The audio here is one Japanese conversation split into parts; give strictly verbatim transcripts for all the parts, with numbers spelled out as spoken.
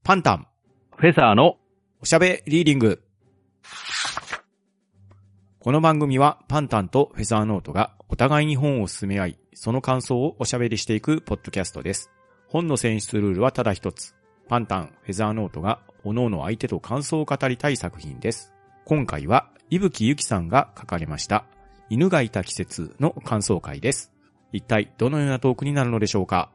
パンタン、 フェザーのおしゃべリーディング。この番組はパンタンとフェザーノートがお互いに本を進め合い、その感想をおしゃべりしていくポッドキャストです。本の選出ルールはただ一つ。パンタン、フェザーノートが各々相手と感想を語りたい作品です。今回は伊吹ゆきさんが書かれました犬がいた季節の感想会です。一体どのようなトークになるのでしょうか。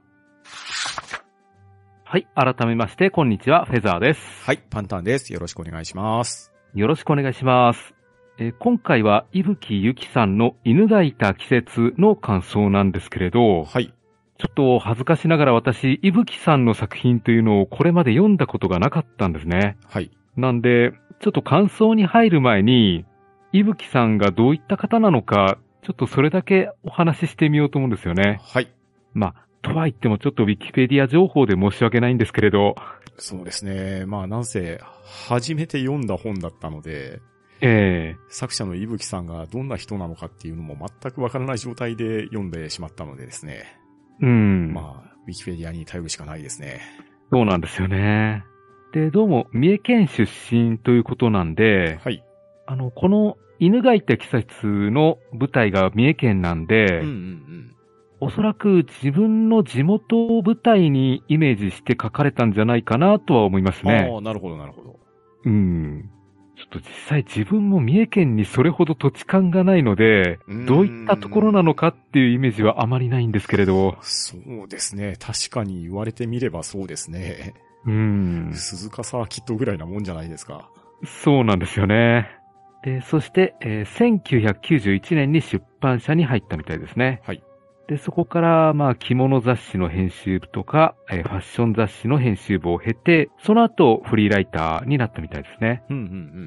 はい、改めましてこんにちは、フェザーです。 はい、パンタンです。よろしくお願いします。 よろしくお願いします。えー、今回は伊吹ゆきさんの犬がいた季節の感想なんですけれど、 はい。 ちょっと恥ずかしながら私、伊吹さんの作品というのをこれまで読んだことがなかったんですね。 はい。 なんで、ちょっと感想に入る前に、伊吹さんがどういった方なのか、ちょっとそれだけお話ししてみようと思うんですよね。 はい。 まあ、とは言ってもちょっとウィキペディア情報で申し訳ないんですけれど。 そうですね。まあなんせ、初めて読んだ本だったので、 ええー、 作者の伊吹さんがどんな人なのかっていうのも全くわからない状態で読んでしまったのでですね。 うん。 まあ、ウィキペディアに頼るしかないですね。 そうなんですよね。で、どうも、三重県出身ということなんで、 はい。 あの、この犬がいた季節の舞台が三重県なんで、 うんうんうん。 おそらく自分の地元を舞台にイメージして書かれたんじゃないかなとは思いますね。 ああ、なるほどなるほど。 うん。ちょっと実際自分も三重県にそれほど土地勘がないので、どういったところなのかっていうイメージはあまりないんですけれど。 そうですね。確かに言われてみればそうですね。 うん。 鈴鹿サーキットぐらいなもんじゃないですか。 そうなんですよね。で、そして、えー、せんきゅうひゃくきゅうじゅういちねんに出版社に入ったみたいですね。 はい。 で、そこから、まあ、着物雑誌の編集部とか、えー、ファッション雑誌の編集部を経て、その後、フリーライターになったみたいですね。 うんうんうん。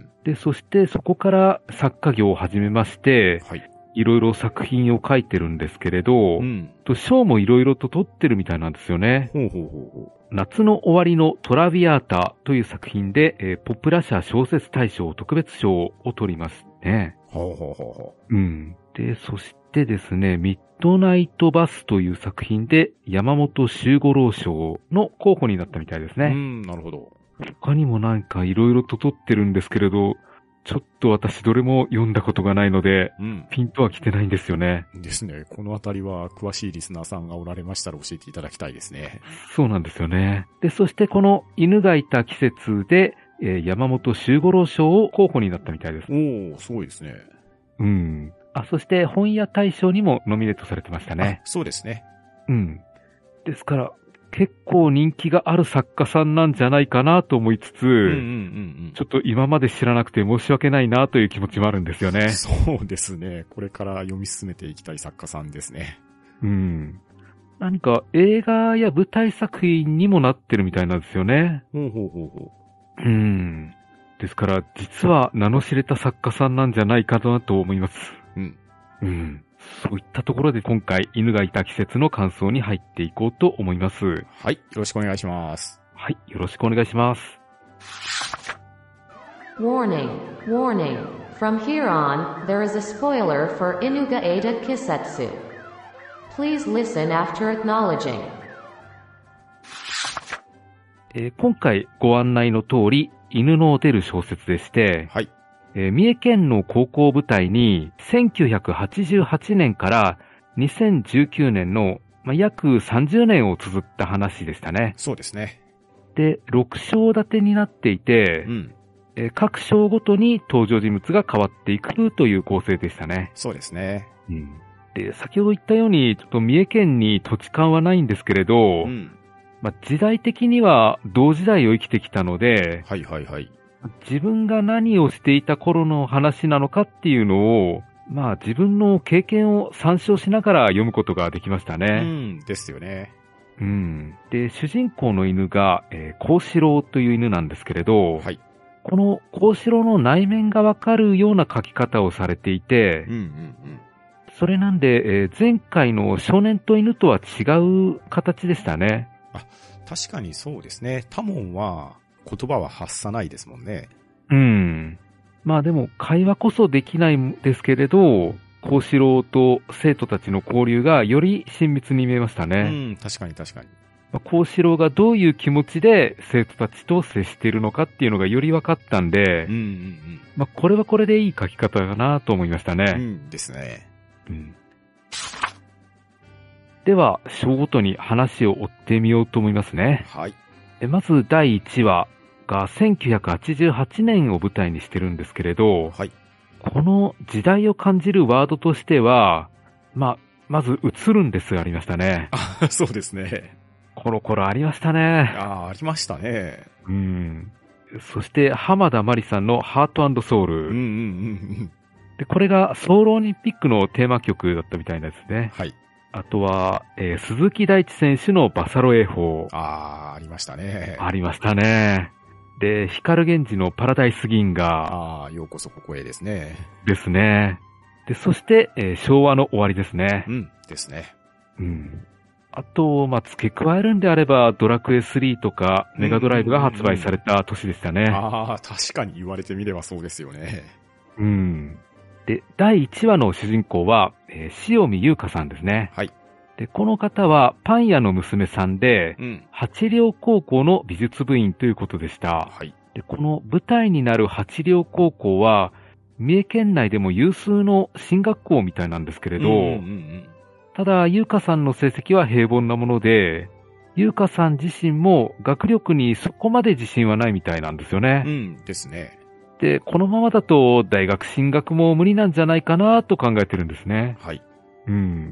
で、そしてそこから作家業を始めまして、はい。いろいろ作品を書いてるんですけれど、うん。と賞もいろいろと取ってるみたいなんですよね。 ほうほうほうほう。 夏の終わりのトラビアータという作品で、えー、ポプラ社小説大賞特別賞を取りますね。 ほうほうほうほう。うん。で、そしてですね、ミッドナイトバスという作品で山本周五郎賞の候補になったみたいですね。 うん、なるほど。 他にもなんかいろいろと取ってるんですけれど、ちょっと私どれも読んだことがないので、うん、ピンとは来てないんですよね。 ですね。このあたりは詳しいリスナーさんがおられましたら教えていただきたいですね。 そうなんですよね。で、そしてこの犬がいた季節で、えー、山本周五郎賞を候補になったみたいです。 おー、すごいですね。 うん。あ、そして本屋大賞にもノミネートされてましたね。 そうですね。 うん。ですから、結構人気がある作家さんなんじゃないかなと思いつつ、うんうんうんうん、ちょっと今まで知らなくて申し訳ないなという気持ちもあるんですよね。 そうですね。これから読み進めていきたい作家さんですね。 うん。何か映画や舞台作品にもなってるみたいなんですよね。 ほうほうほうほう。うん。ですから、実は名の知れた作家さんなんじゃないかなと思います。 うん。 うん。そういったところで今回犬がいた季節の感想に入っていこうと思います。 はい。よろしくお願いします。 はい。よろしくお願いします。 Warning, warning. From here on, there is a spoiler for 犬がいた季節. Please listen after acknowledging. えー、今回ご案内の通り、犬の出る小説でして、 はい。 えー、三重県の高校を舞台にせんきゅうひゃくはちじゅうはちねんからにせんじゅうきゅうねんの、まあ、約さんじゅうねんを綴った話でしたね。 そうですね。 で、ろく章立てになっていて、うんえー、各章ごとに登場人物が変わっていくという構成でしたね。 そうですね。 うん、で、先ほど言ったように、ちょっと三重県に土地勘はないんですけれど、うんまあ、時代的には同時代を生きてきたので、 はいはいはい。 自分が何をしていた頃の話なのかっていうのを、まあ自分の経験を参照しながら読むことができましたね。 うん、ですよね。 うん。で、主人公の犬が、えー、幸四郎という犬なんですけれど、はい。この幸四郎の内面がわかるような書き方をされていて、 うんうんうん。 それなんで、えー、前回の少年と犬とは違う形でしたね。 あ、確かにそうですね。多聞は、言葉は発さないですもんね。 うん。まあでも会話こそできないんですけれど、幸四郎と生徒たちの交流がより親密に見えましたね。 うん、確かに確かに。 幸四郎がどういう気持ちで生徒たちと接しているのかっていうのがより分かったんで、 うんうんうん、 まあ、これはこれでいい書き方かなと思いましたね。 うんですね。 うん、では、章ごとに話を追ってみようと思いますね。 はい。 まずだいいちわがせんきゅうひゃくはちじゅうはちねんを舞台にしてるんですけれど、 はい。 この時代を感じるワードとしては、まあ、まず映るんですがありましたね。 あ、そうですね。 コロコロありましたね。 ああ、ありましたね。 うん。そして浜田真理さんのハート&ソウル。 うんうんうんうん。 で、これがソウルオリンピックのテーマ曲だったみたいですね。 はい。 あとは、えー、鈴木大地選手のバサロ泳法。 ああ、ありましたね。 ありましたね。で、光源氏のパラダイス銀河。 ああ、ようこそここへですね。 ですね。で、そして、えー、昭和の終わりですね。 うん、ですね。 うん。あと、まあ、付け加えるんであれば、ドラクエスリーとか、メガドライブが発売された年でしたね。 ああ、確かに言われてみればそうですよね。 うん。で、だいいちわの主人公は、えー、塩見優香さんですね。 はい。 で、この方はパン屋の娘さんで、うん、八稜高校の美術部員ということでした。 はい。 で、この舞台になる八稜高校は、三重県内でも有数の進学校みたいなんですけれど、うんうんうん、ただ、優香さんの成績は平凡なもので、優香さん自身も学力にそこまで自信はないみたいなんですよね。 うんですね。 で、このままだと大学進学も無理なんじゃないかなと考えてるんですね。 はい。 うん。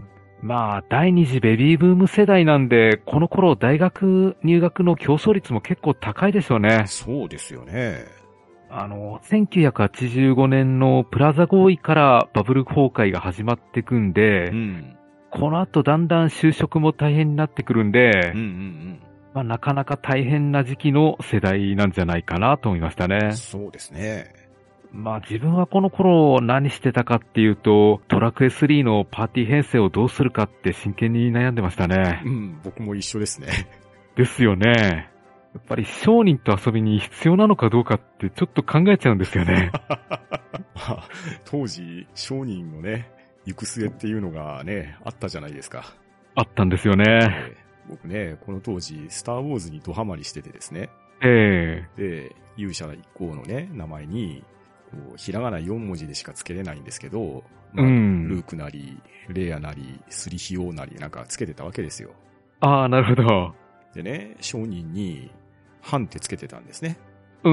まあ、第二次ベビーブーム世代なんで、この頃大学入学の競争率も結構高いでしょうね。 そうですよね。 あの、せんきゅうひゃくはちじゅうごねんのプラザ合意からバブル崩壊が始まってくんで、うん、この後だんだん就職も大変になってくるんで、うんうんうんまあ、なかなか大変な時期の世代なんじゃないかなと思いましたね。 そうですね。 まあ自分はこの頃何してたかっていうと、ドラクエスリーのパーティー編成をどうするかって真剣に悩んでましたね。 うん、僕も一緒ですね。 ですよね。やっぱり商人と遊びに必要なのかどうかってちょっと考えちゃうんですよね。 当時、商人のね、行く末っていうのがね、あったじゃないですか。 あったんですよね。 えー僕ね、この当時、スターウォーズにドハマりしててですね。 ええー、で、勇者一行のね、名前に、こうひらがなよんもじでしか付けれないんですけど、まあ、うん、ルークなり、レイヤなり、スリヒオなりなんか付けてたわけですよ。 ああ、なるほど。 でね、商人に、ハンって付けてたんですね。 うん。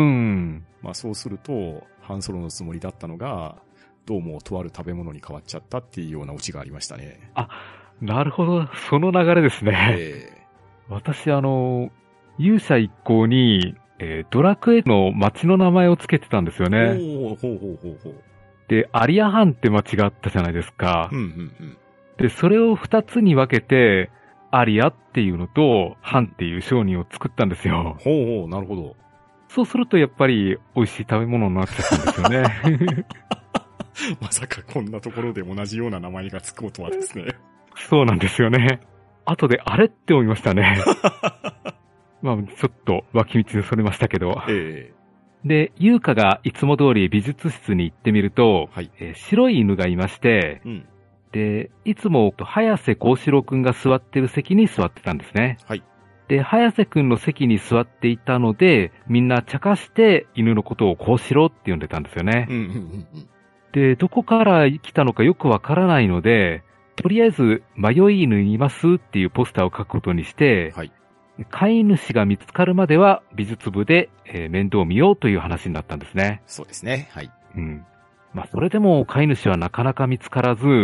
まあそうすると、ハンソロのつもりだったのが、どうもとある食べ物に変わっちゃったっていうようなオチがありましたね。 あ、なるほど。その流れですね。えー、私、あの、勇者一行に、えー、ドラクエの街の名前を付けてたんですよね。 ほうほうほうほうほう。 で、アリアハンって街があったじゃないですか。 うんうんうん。 で、それを二つに分けて、アリアっていうのと、ハンっていう商人を作ったんですよ。 ほうほう、なるほど。 そうするとやっぱり美味しい食べ物になっちゃったんですよね。 まさかこんなところで同じような名前がつくことはですね。 そうなんですよね。後であれって思いましたね。まあ、ちょっと脇道でそれましたけど。 ええ、で、優香がいつも通り美術室に行ってみると、はいえー、白い犬がいまして、うん、で、いつも早瀬幸四郎くんが座ってる席に座ってたんですね。 はい。 で、早瀬くんの席に座っていたので、みんな茶化して犬のことを幸四郎って呼んでたんですよね。 うんうんうんうん、 で、どこから来たのかよくわからないので、とりあえず、迷い犬いますっていうポスターを書くことにして、はい、飼い主が見つかるまでは美術部で、えー、面倒を見ようという話になったんですね。 そうですね。はい。 うん。まあ、それでも飼い主はなかなか見つからず、うん、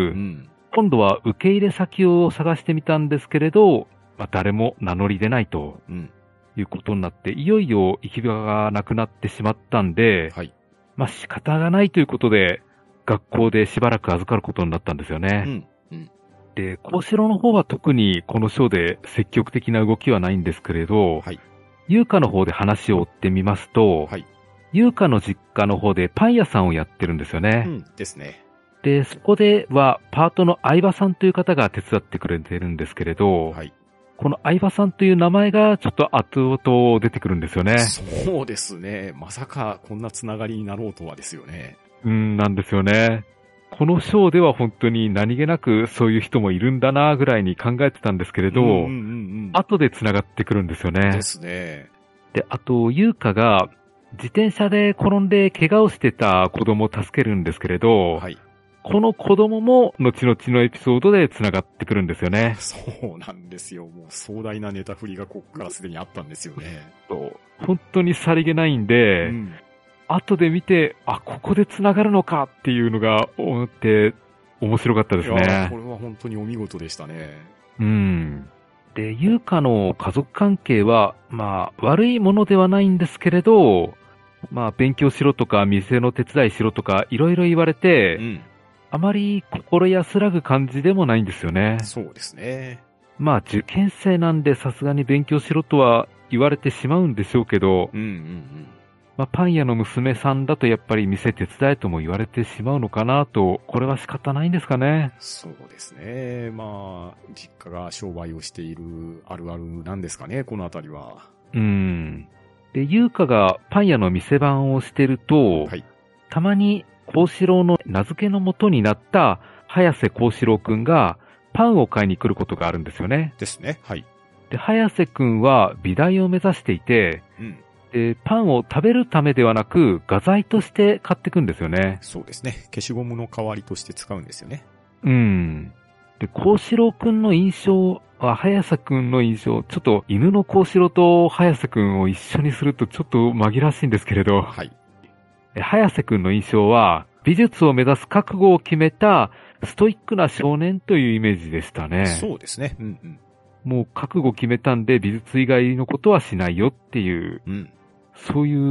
今度は受け入れ先を探してみたんですけれど、まあ、誰も名乗り出ないと、いうことになって、いよいよ行き場がなくなってしまったんで、はい、まあ、仕方がないということで、学校でしばらく預かることになったんですよね。うんで、幸四郎の方は特にこの章で積極的な動きはないんですけれど、はい、優香の方で話を追ってみますと、はい、優香の実家の方でパン屋さんをやってるんですよね。 うんですね。 で、そこではパートの相葉さんという方が手伝ってくれてるんですけれど、はい、この相葉さんという名前がちょっと後々出てくるんですよね。 そうですね。まさかこんなつながりになろうとはですよね。 うん、なんですよね。 このショーでは本当に何気なくそういう人もいるんだなぐらいに考えてたんですけれど、うんうんうんうん、後で繋がってくるんですよね。 ですね。 で、あと、優香が自転車で転んで怪我をしてた子供を助けるんですけれど、はい、この子供も後々のエピソードで繋がってくるんですよね。 そうなんですよ。もう壮大なネタ振りがここからすでにあったんですよね。 そう本当にさりげないんで、うん、後で見て、あ、ここで繋がるのかっていうのが思って面白かったですね。いや、 これは本当にお見事でしたね。 うん。で、優香の家族関係は、まあ、悪いものではないんですけれど、まあ、勉強しろとか、店の手伝いしろとか、いろいろ言われて、うん、あまり心安らぐ感じでもないんですよね。 そうですね。 まあ、受験生なんでさすがに勉強しろとは言われてしまうんでしょうけど、 うんうんうん、 まあ、パン屋の娘さんだとやっぱり店手伝えとも言われてしまうのかなと、これは仕方ないんですかね。 そうですね。まあ、実家が商売をしているあるあるなんですかね、このあたりは。 うん。で、優香がパン屋の店番をしてると、はい、たまに幸四郎の名付けの元になった早瀬幸四郎くんがパンを買いに来ることがあるんですよね。 ですね。はい。 で、早瀬くんは美大を目指していて、うん、で、パンを食べるためではなく画材として買ってくんですよね。 そうですね。消しゴムの代わりとして使うんですよね。 うん。で、幸四郎くんの印象は、早瀬くんの印象、ちょっと犬の幸四郎と早瀬くんを一緒にするとちょっと紛らわしいんですけれど、はい。早瀬くんの印象は、美術を目指す覚悟を決めたストイックな少年というイメージでしたね。 そうですね。うんうん。 もう覚悟決めたんで美術以外のことはしないよっていう、うん、そういう、うん、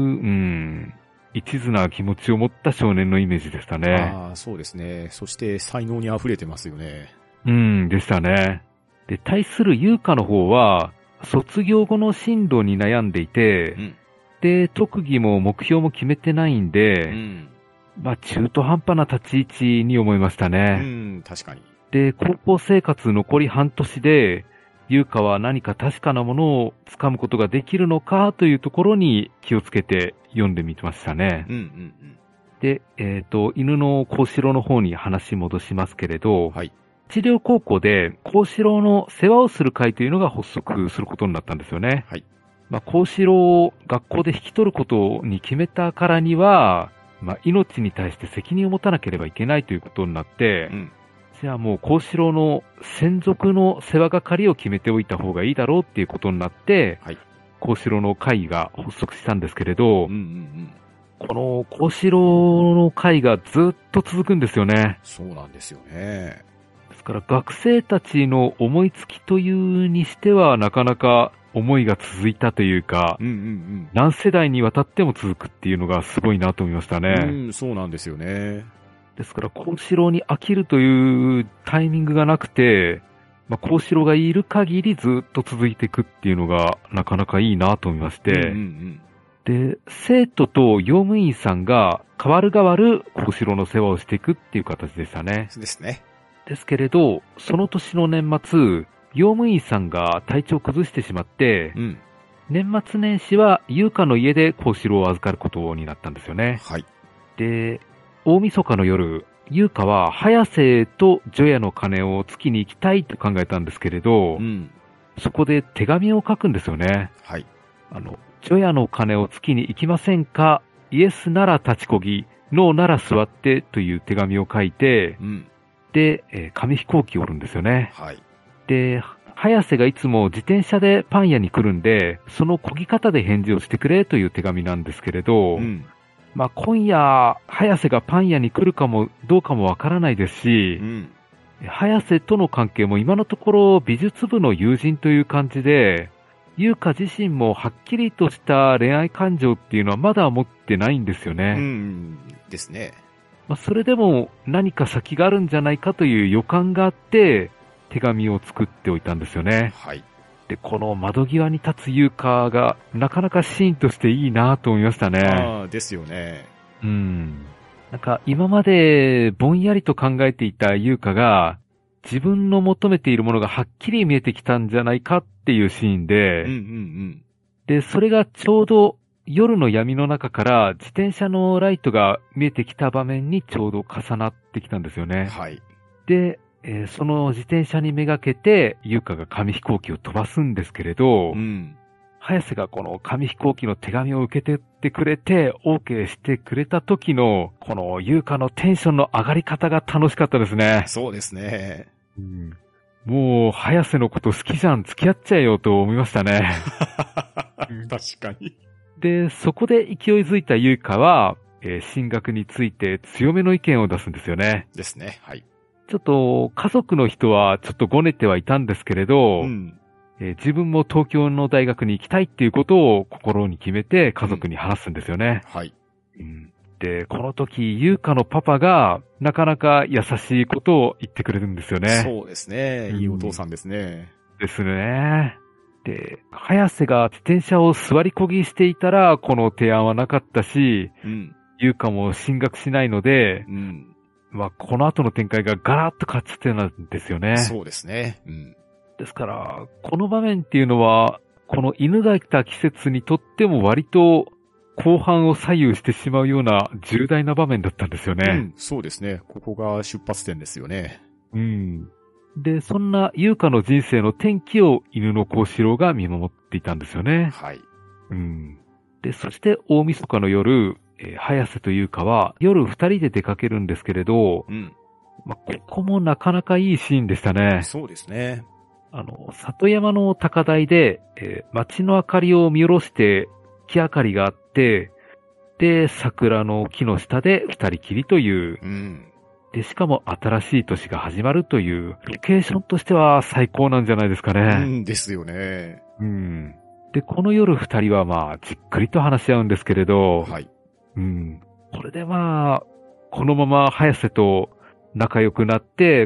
一途な気持ちを持った少年のイメージでしたね。 ああ、そうですね。そして才能に溢れてますよね。 うん、でしたね。で、対する優香の方は、卒業後の進路に悩んでいて、うん、で、特技も目標も決めてないんで、うん、まあ中途半端な立ち位置に思いましたね。 うん、確かに。 で、高校生活残り半年で、優香は何か確かなものを掴むことができるのかというところに気をつけて読んでみましたね。 うんうんうん、 で、えっと、犬の幸四郎の方に話戻しますけれど、 はい、 一寮高校で幸四郎の世話をする会というのが発足することになったんですよね。 はい、 まあ、幸四郎を学校で引き取ることに決めたからには、まあ、命に対して責任を持たなければいけないということになって、うん、じゃあもう幸四郎の専属の世話係を決めておいた方がいいだろうっていうことになって、はい、幸四郎の会が発足したんですけれど、うんうんうん、この幸四郎の会がずっと続くんですよね。 そうなんですよね。 ですから学生たちの思いつきというにしてはなかなか思いが続いたというか、うんうんうん、何世代にわたっても続くっていうのがすごいなと思いましたね。 うん、そうなんですよね。 ですから、幸四郎に飽きるというタイミングがなくて、まあ、幸四郎がいる限りずっと続いていくっていうのがなかなかいいなと思いまして、うんうんうん、で、生徒と用務員さんが代わる代わる幸四郎の世話をしていくっていう形でしたね。 そうですね。 ですけれど、その年の年末、用務員さんが体調を崩してしまって、うん、年末年始は優香の家で幸四郎を預かることになったんですよね。 はい。 で、大晦日の夜、優香は早瀬と除夜の鐘を月に行きたいと考えたんですけれど、うん、そこで手紙を書くんですよね。 はい。 あの、除夜の鐘を月に行きませんか？イエスなら立ちこぎ、ノーなら座ってという手紙を書いて、うん、で、えー、紙飛行機を折るんですよね。 はい。で、 早瀬がいつも自転車でパン屋に来るんで、その漕ぎ方で返事をしてくれという手紙なんですけれど、うん、まあ今夜、早瀬がパン屋に来るかもどうかもわからないですし、うん、早瀬との関係も今のところ美術部の友人という感じで、優香自身もはっきりとした恋愛感情っていうのはまだ持ってないんですよね。 うん、ですね。 まあ、それでも何か先があるんじゃないかという予感があって、手紙を作っておいたんですよね。 はい。 で、この窓際に立つ優香がなかなかシーンとしていいなと思いましたね。 ああ、ですよね。 うん。なんか今までぼんやりと考えていた優香が自分の求めているものがはっきり見えてきたんじゃないかっていうシーンで、うんうんうん、で、それがちょうど夜の闇の中から自転車のライトが見えてきた場面にちょうど重なってきたんですよね。 はい。 で、えー、その自転車にめがけて、優香が紙飛行機を飛ばすんですけれど、うん、早瀬がこの紙飛行機の手紙を受けてってくれて、OK してくれた時の、この優香のテンションの上がり方が楽しかったですね。 そうですね。 うん、もう、早瀬のこと好きじゃん、付き合っちゃえよと思いましたね。 確かに。 で、そこで勢いづいた優香は、えー、進学について強めの意見を出すんですよね。 ですね。はい。 ちょっと、家族の人はちょっとごねてはいたんですけれど、うんえー、自分も東京の大学に行きたいっていうことを心に決めて家族に話すんですよね。 うん、はい、 うん。で、この時、優香のパパがなかなか優しいことを言ってくれるんですよね。 そうですね。いいお父さんですね。 うん、ですね。で、早瀬が自転車を座りこぎしていたら、この提案はなかったし、うん、優香も進学しないので、うんまあ、この後の展開がガラッと変わっちゃってるんですよね。 そうですね。うん。 ですから、この場面っていうのは、この犬が来た季節にとっても割と後半を左右してしまうような重大な場面だったんですよね。 うん、そうですね。ここが出発点ですよね。 うん。で、そんな優香の人生の転機を犬の幸四郎が見守っていたんですよね。 はい。 うん。で、そして大晦日の夜、えー、早瀬と優香は夜二人で出かけるんですけれど、うん。まあ、ここもなかなかいいシーンでしたね。 そうですね。 あの、里山の高台で、えー、街の明かりを見下ろして木明かりがあって、で、桜の木の下で二人きりという、うん。で、しかも新しい年が始まるという、ロケーションとしては最高なんじゃないですかね。 うんですよね。 うん。で、この夜二人はまあ、じっくりと話し合うんですけれど、 はい。 うん。これでまあ、このまま早瀬と仲良くなって、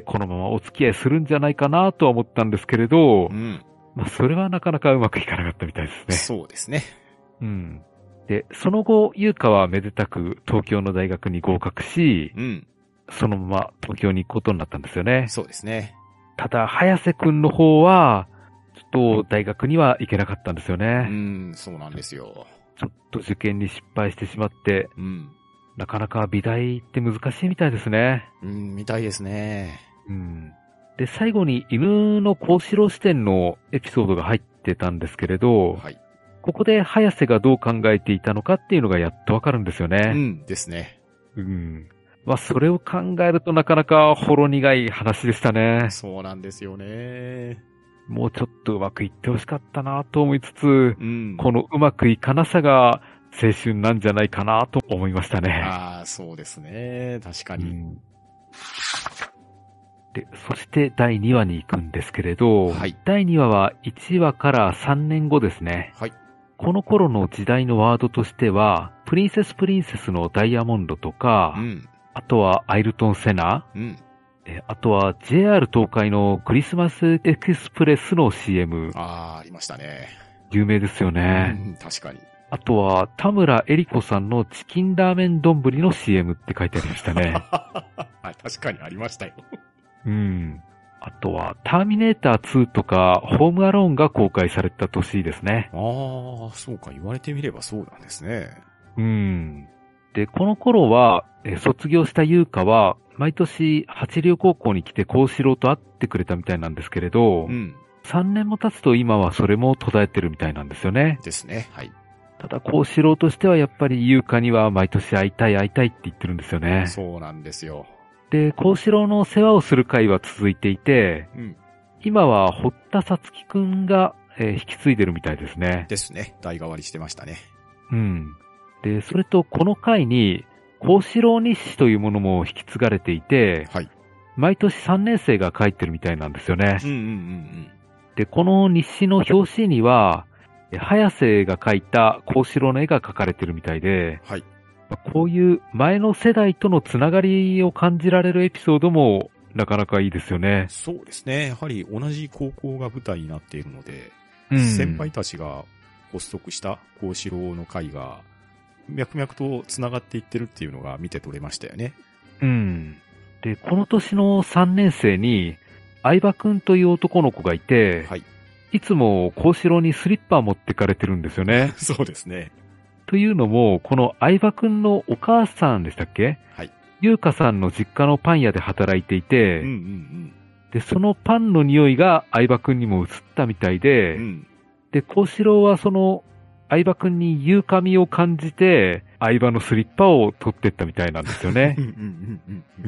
このままお付き合いするんじゃないかなとは思ったんですけれど、うん。まあ、それはなかなかうまくいかなかったみたいですね。 そうですね。 うん。で、その後、優香はめでたく東京の大学に合格し、うん。そのまま東京に行くことになったんですよね。 そうですね。 ただ、早瀬くんの方は、ちょっと大学には行けなかったんですよね。 うん、そうなんですよ。 ちょっと受験に失敗してしまって、うん、なかなか美大って難しいみたいですね。 うん、みたいですね。 うん。で、最後に犬の幸四郎視点のエピソードが入ってたんですけれど、はい。ここで早瀬がどう考えていたのかっていうのがやっとわかるんですよね。 うんですね。 うん。まあ、それを考えるとなかなかほろ苦い話でしたね。 そうなんですよね。 もうちょっとうまくいってほしかったなと思いつつ、うん、このうまくいかなさが青春なんじゃないかなと思いましたね。 ああ、そうですね。確かに、うん。 で、そしてだいにわに行くんですけれど、はい、だいにわはいちわからさんねんごですね。はい。この頃の時代のワードとしては、プリンセスプリンセスのダイヤモンドとか、うん、あとはアイルトン・セナ、うんえあとは ジェイアール 東海のクリスマスエクスプレスの シーエム。 ああ、ありましたね。 有名ですよね。 うん、確かに。 あとは田村エリ子さんのチキンラーメン丼の シーエム って書いてありましたね。 確かにありましたよ。 うん。あとはターミネーターツーとかホームアローンが公開された年ですね。 ああ、そうか。言われてみればそうなんですね。 うん。で、この頃は、え卒業した優香は、毎年、八稜高校に来て幸四郎と会ってくれたみたいなんですけれど、うん、さんねんも経つと今はそれも途絶えてるみたいなんですよね。 ですね。はい。 ただ幸四郎としてはやっぱり優香には毎年会いたい会いたいって言ってるんですよね。 そうなんですよ。 で、幸四郎の世話をする会は続いていて、うん、今は堀田さつきくんが、えー、引き継いでるみたいですね。 ですね。代替わりしてましたね。 うん。で、それとこの会に、幸四郎日誌というものも引き継がれていて、はい、毎年さんねん生が書いてるみたいなんですよね。うんうんうんうん、で、この日誌の表紙には、早瀬が描いた幸四郎の絵が描かれてるみたいで、はい、こういう前の世代とのつながりを感じられるエピソードもなかなかいいですよね。 そうですね。やはり同じ高校が舞台になっているので、うん、先輩たちが発足した幸四郎の会が、脈々と繋がっていってるっていうのが見て取れましたよね。 うん。で、この年のさんねん生に、相葉くんという男の子がいて、はい。いつも幸四郎にスリッパ持ってかれてるんですよね。 そうですね。 というのも、この相葉くんのお母さんでしたっけ？ はい。 優香さんの実家のパン屋で働いていて、 うんうんうん、 で、そのパンの匂いが相葉くんにも移ったみたいで、うん、で、幸四郎はその相葉くんに優香味を感じて、相葉のスリッパを取ってったみたいなんですよね。うん、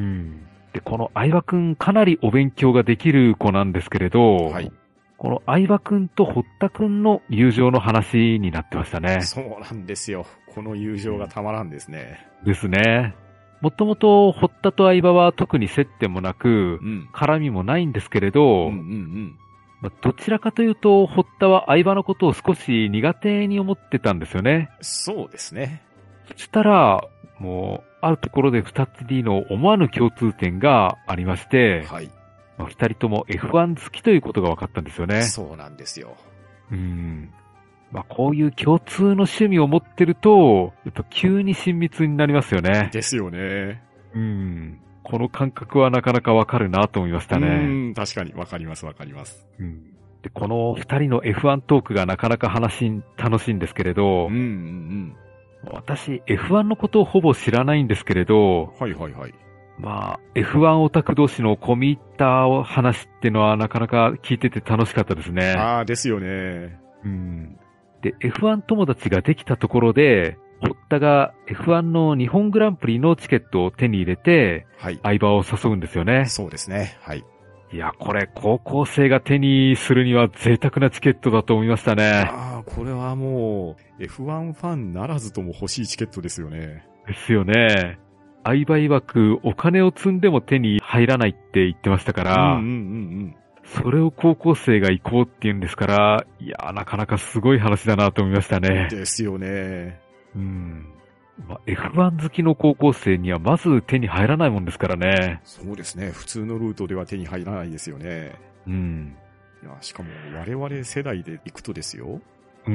で、この相葉くんかなりお勉強ができる子なんですけれど、はい、この相葉くんと堀田くんの友情の話になってましたね。 そうなんですよ。この友情がたまらんですね。 ですね。もともと堀田と相葉は特に接点もなく、うん、絡みもないんですけれど、うんうんうんまあ、どちらかというと、堀田は相葉のことを少し苦手に思ってたんですよね。 そうですね。 そしたら、もう、あるところで二人の思わぬ共通点がありまして、はい。まあ、二人とも エフワン 好きということが分かったんですよね。 そうなんですよ。 うん。まあ、こういう共通の趣味を持ってると、やっぱ急に親密になりますよね。 ですよね。 うん。この感覚はなかなかわかるなと思いましたね。 うん、確かにわかりますわかります。 うん。で、この二人の エフワン トークがなかなか話楽しいんですけれど、うんうんうん。私 エフワン のことをほぼ知らないんですけれど、 はいはいはい。 まあ、エフワン オタク同士の込み入った話っていうのはなかなか聞いてて楽しかったですね。 ああ、ですよね。 うん。で、エフワン 友達ができたところで、堀田が エフワン の日本グランプリのチケットを手に入れて、はい、相葉を誘うんですよね。 そうですね。はい。 いや、これ、高校生が手にするには贅沢なチケットだと思いましたね。 ああ、これはもう、エフワン ファンならずとも欲しいチケットですよね。 ですよね。相葉曰く、お金を積んでも手に入らないって言ってましたから、うんうんうんうん。それを高校生が行こうって言うんですから、いやー、なかなかすごい話だなと思いましたね。 ですよね。 うん。まあ、エフワン 好きの高校生にはまず手に入らないもんですからね。 そうですね。普通のルートでは手に入らないですよね。うん。いや、しかも我々世代で行くとですよ。うん。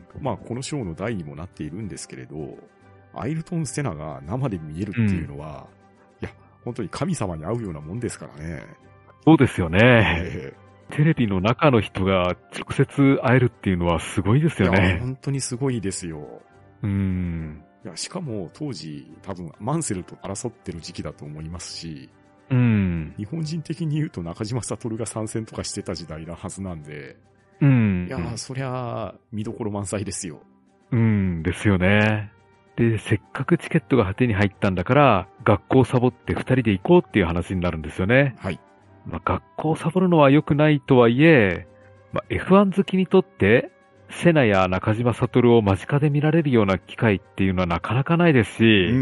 まあ、このショーの題にもなっているんですけれど、アイルトン・セナが生で見えるっていうのは、うん、いや、本当に神様に会うようなもんですからね。 そうですよね。えー、テレビの中の人が直接会えるっていうのはすごいですよね。 いや、本当にすごいですよ。 うん。 いや、しかも当時多分マンセルと争ってる時期だと思いますし、 うん。 日本人的に言うと中島悟が参戦とかしてた時代なはずなんで、 うん。 いや、そりゃ見どころ満載ですよ。 うん、ですよね。で、せっかくチケットが手に入ったんだから、学校をサボって二人で行こうっていう話になるんですよね。 はい。 まあ、学校をサボるのは良くないとはいえ、まあ、エフワン 好きにとって、セナや中島悟を間近で見られるような機会っていうのはなかなかないですし、うんうんうん、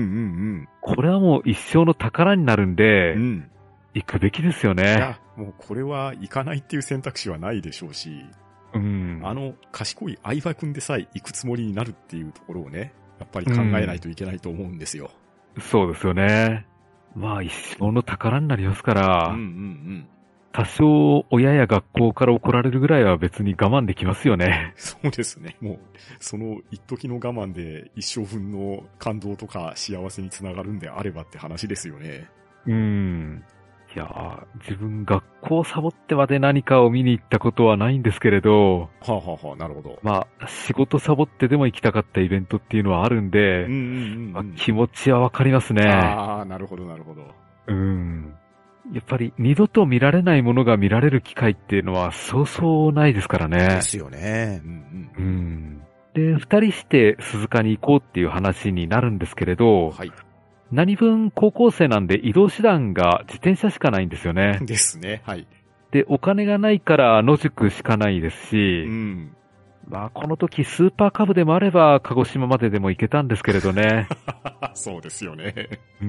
これはもう一生の宝になるんで、うん、行くべきですよね。いや、 もうこれは行かないっていう選択肢はないでしょうし、 うん、 あの賢い相葉くんでさえ行くつもりになるっていうところをね、やっぱり考えないといけないと思うんですよ。 うん、そうですよね。まあ一生の宝になりますから、 うんうんうん、 多少親や学校から怒られるぐらいは別に我慢できますよね。 そうですね。もう、その一時の我慢で一生分の感動とか幸せにつながるんであればって話ですよね。 うーん。いやー、自分学校サボってまで何かを見に行ったことはないんですけれど。 はあ、はあはあ、なるほど。 まあ、仕事サボってでも行きたかったイベントっていうのはあるんで、 うんうんうんうん、 まあ、気持ちはわかりますね。 ああ、なるほどなるほど。 うん。やっぱり二度と見られないものが見られる機会っていうのはそうそうないですからね。 ですよね。うんうん。 うん。で、二人して鈴鹿に行こうっていう話になるんですけれど、はい。何分高校生なんで移動手段が自転車しかないんですよね。 ですね。はい。 で、お金がないから野宿しかないですし、 うん。 まあ、この時スーパーカブでもあれば鹿児島まででも行けたんですけれどね。 そうですよね。 うん、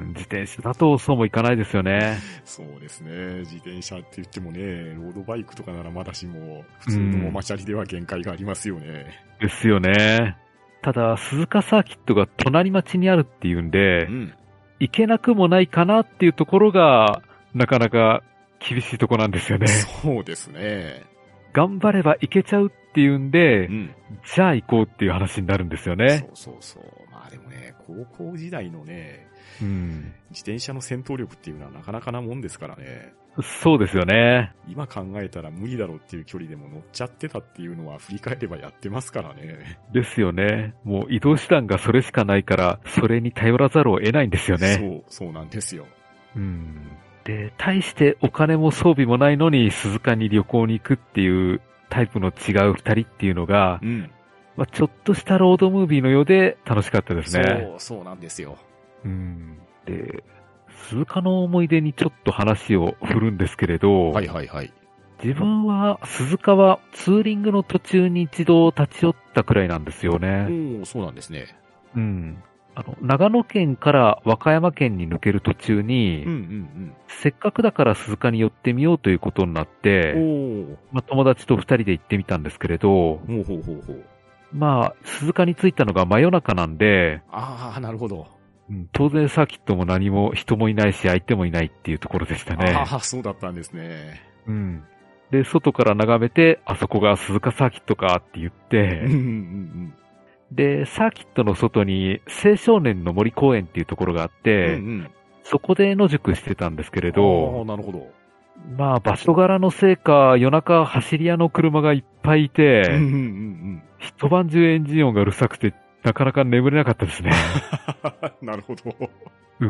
自転車だとそうもいかないですよね。 そうですね。自転車って言ってもね、ロードバイクとかならまだしも、普通のママチャリでは限界がありますよね。 ですよね。ただ、鈴鹿サーキットが隣町にあるっていうんで、うん、行けなくもないかなっていうところが、なかなか厳しいとこなんですよね。 そうですね。 頑張れば行けちゃうっっていうんで、 うん、 じゃあ行こうっていう話になるんですよね。 そうそうそう。まあでもね、高校時代のね、 うん、 自転車の戦闘力っていうのはなかなかなもんですからね。 そうですよね。 今考えたら無理だろうっていう距離でも乗っちゃってたっていうのは振り返ればやってますからね。 ですよね。もう移動手段がそれしかないから、それに頼らざるを得ないんですよね。 そう、そうなんですよ。 うん。で、対してお金も装備もないのに鈴鹿に旅行に行くっていうタイプの違う二人っていうのが、 うん。 まあ、ちょっとしたロードムービーのようで楽しかったですね。 そう、そうなんですよ。 うん。で、鈴鹿の思い出にちょっと話を振るんですけれど、 はいはいはい。 自分は鈴鹿はツーリングの途中に一度立ち寄ったくらいなんですよね。 おお、そうなんですね。 うん。あの、長野県から和歌山県に抜ける途中に、 うんうんうん。 せっかくだから鈴鹿に寄ってみようということになって、 おまあ、友達と二人で行ってみたんですけれど、 ほうほうほうほう。 まあ、鈴鹿に着いたのが真夜中なんで、 ああ、なるほど。 うん、当然サーキットも何も人もいないし相手もいないっていうところでしたね。 ああ、そうだったんですね。 うん。で、外から眺めて、あそこが鈴鹿サーキットかって言って、 うんうんうんで、サーキットの外に青少年の森公園っていうところがあって、 うんうん、 そこで野宿してたんですけれど、 ああ、なるほど。 まあ場所柄のせいか夜中走り屋の車がいっぱいいて、 うんうんうんうん、 一晩中エンジン音がうるさくてなかなか眠れなかったですね。 なるほど。 うん。